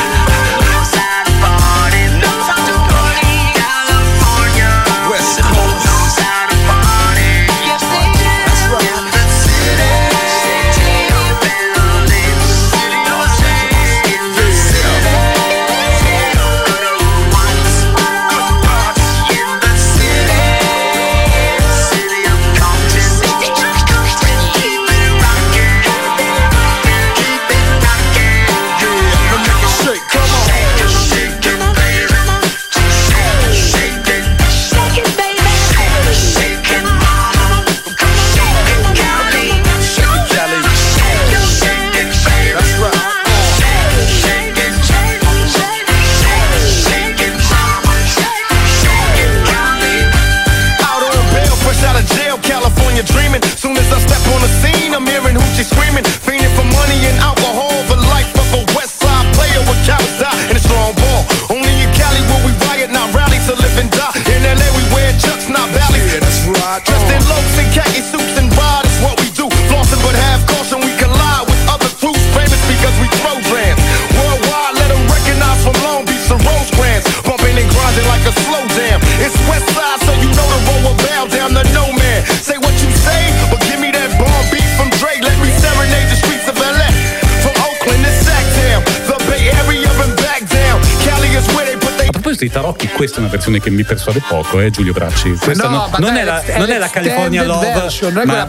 Speaker 14: West Coast. Screaming, fiending for money and alcohol, the life of a West Side player with cowards die and a strong ball. Only in Cali will we riot, not rally to live and die. In LA we wear chucks, not valleys. Yeah, that's right. Dressed in loafs and khaki suits and ride is what we do. Flossing but have caution, we collide with other crews. Famous because we throw trans. Worldwide, let them recognize from Long Beach to Rosecrans. Bumping and grinding like a slow jam. It's West Side, so you know the road will bow down to no man. Say what you say, but give me that bomb beat from Dre. Let me serenade the streets of LA. From Oakland to Sacktown, the Bay Area and back down. Cali is where they put they.
Speaker 2: A proposito di tarocchi, questa è una versione che mi persuade poco, Giulio Bracci. Questa
Speaker 1: no,
Speaker 2: non è la California Love, ma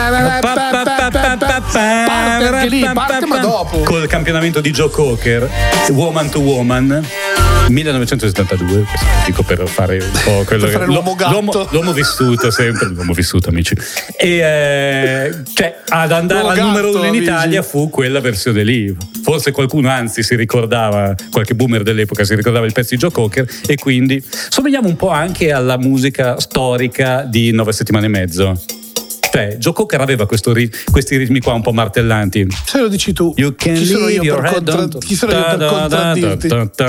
Speaker 1: parte ma dopo.
Speaker 2: Col campionamento di Joe Cocker, Woman to Woman. 1972, dico per fare un po' quello che l'uomo vissuto sempre, l'uomo vissuto amici, e cioè ad andare al numero uno in Italia fu quella versione lì. Forse qualcuno anzi si ricordava, qualche boomer dell'epoca si ricordava il pezzo di Joe Cocker, e quindi somigliamo un po' anche alla musica storica di 9 settimane e mezzo. Cioè, Joe Cocker aveva questi ritmi qua un po' martellanti.
Speaker 1: Se lo dici tu, chi sono io per contraddirti?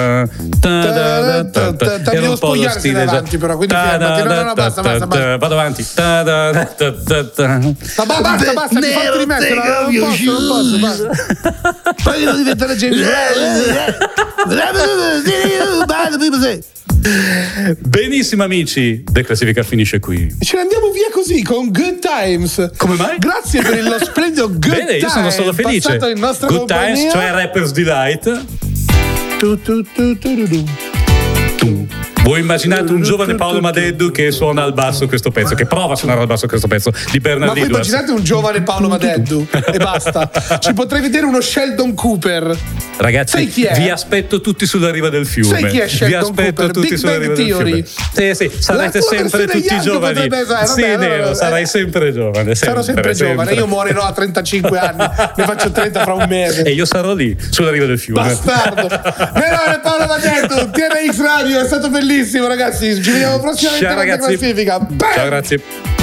Speaker 1: Devo spogliarsi davanti, però, quindi fermati. No, basta.
Speaker 2: Vado avanti.
Speaker 1: Ma basta, mi fatto rimettere. Non posso, basta. Poi devo diventare James.
Speaker 2: Benissimo amici, The Classifica finisce qui.
Speaker 1: Ce ne andiamo via così con Good Times.
Speaker 2: Come mai?
Speaker 1: Grazie per lo splendido Good Times.
Speaker 2: Bene, io sono solo felice. Good
Speaker 1: compagnia.
Speaker 2: Times, cioè Rapper's Delight. Voi immaginate un giovane Paolo Madeddu che suona al basso questo pezzo, che prova a suonare al basso questo pezzo di Bernard Edwards.
Speaker 1: Ma voi immaginate un giovane Paolo Madeddu e basta. Ci potrei vedere uno Sheldon Cooper.
Speaker 2: Ragazzi, vi aspetto tutti sulla riva del fiume.
Speaker 1: Sai chi è Sheldon
Speaker 2: Vi aspetto
Speaker 1: Cooper?
Speaker 2: tutti
Speaker 1: Big
Speaker 2: sulla riva del fiume. Sì, sarete sempre tutti giovani. Sì, Nero, sarai sempre giovane.
Speaker 1: Sarò sempre giovane. Io morirò a 35 anni, ne faccio 30 fra un mese.
Speaker 2: E io sarò lì, sulla riva del fiume.
Speaker 1: Bastardo. Melone Paolo Madeddu, TRX Radio, è stato bellissimo, ragazzi. Ci vediamo prossimamente.
Speaker 2: Ciao ragazzi.
Speaker 1: Classifica.
Speaker 2: Ciao, grazie.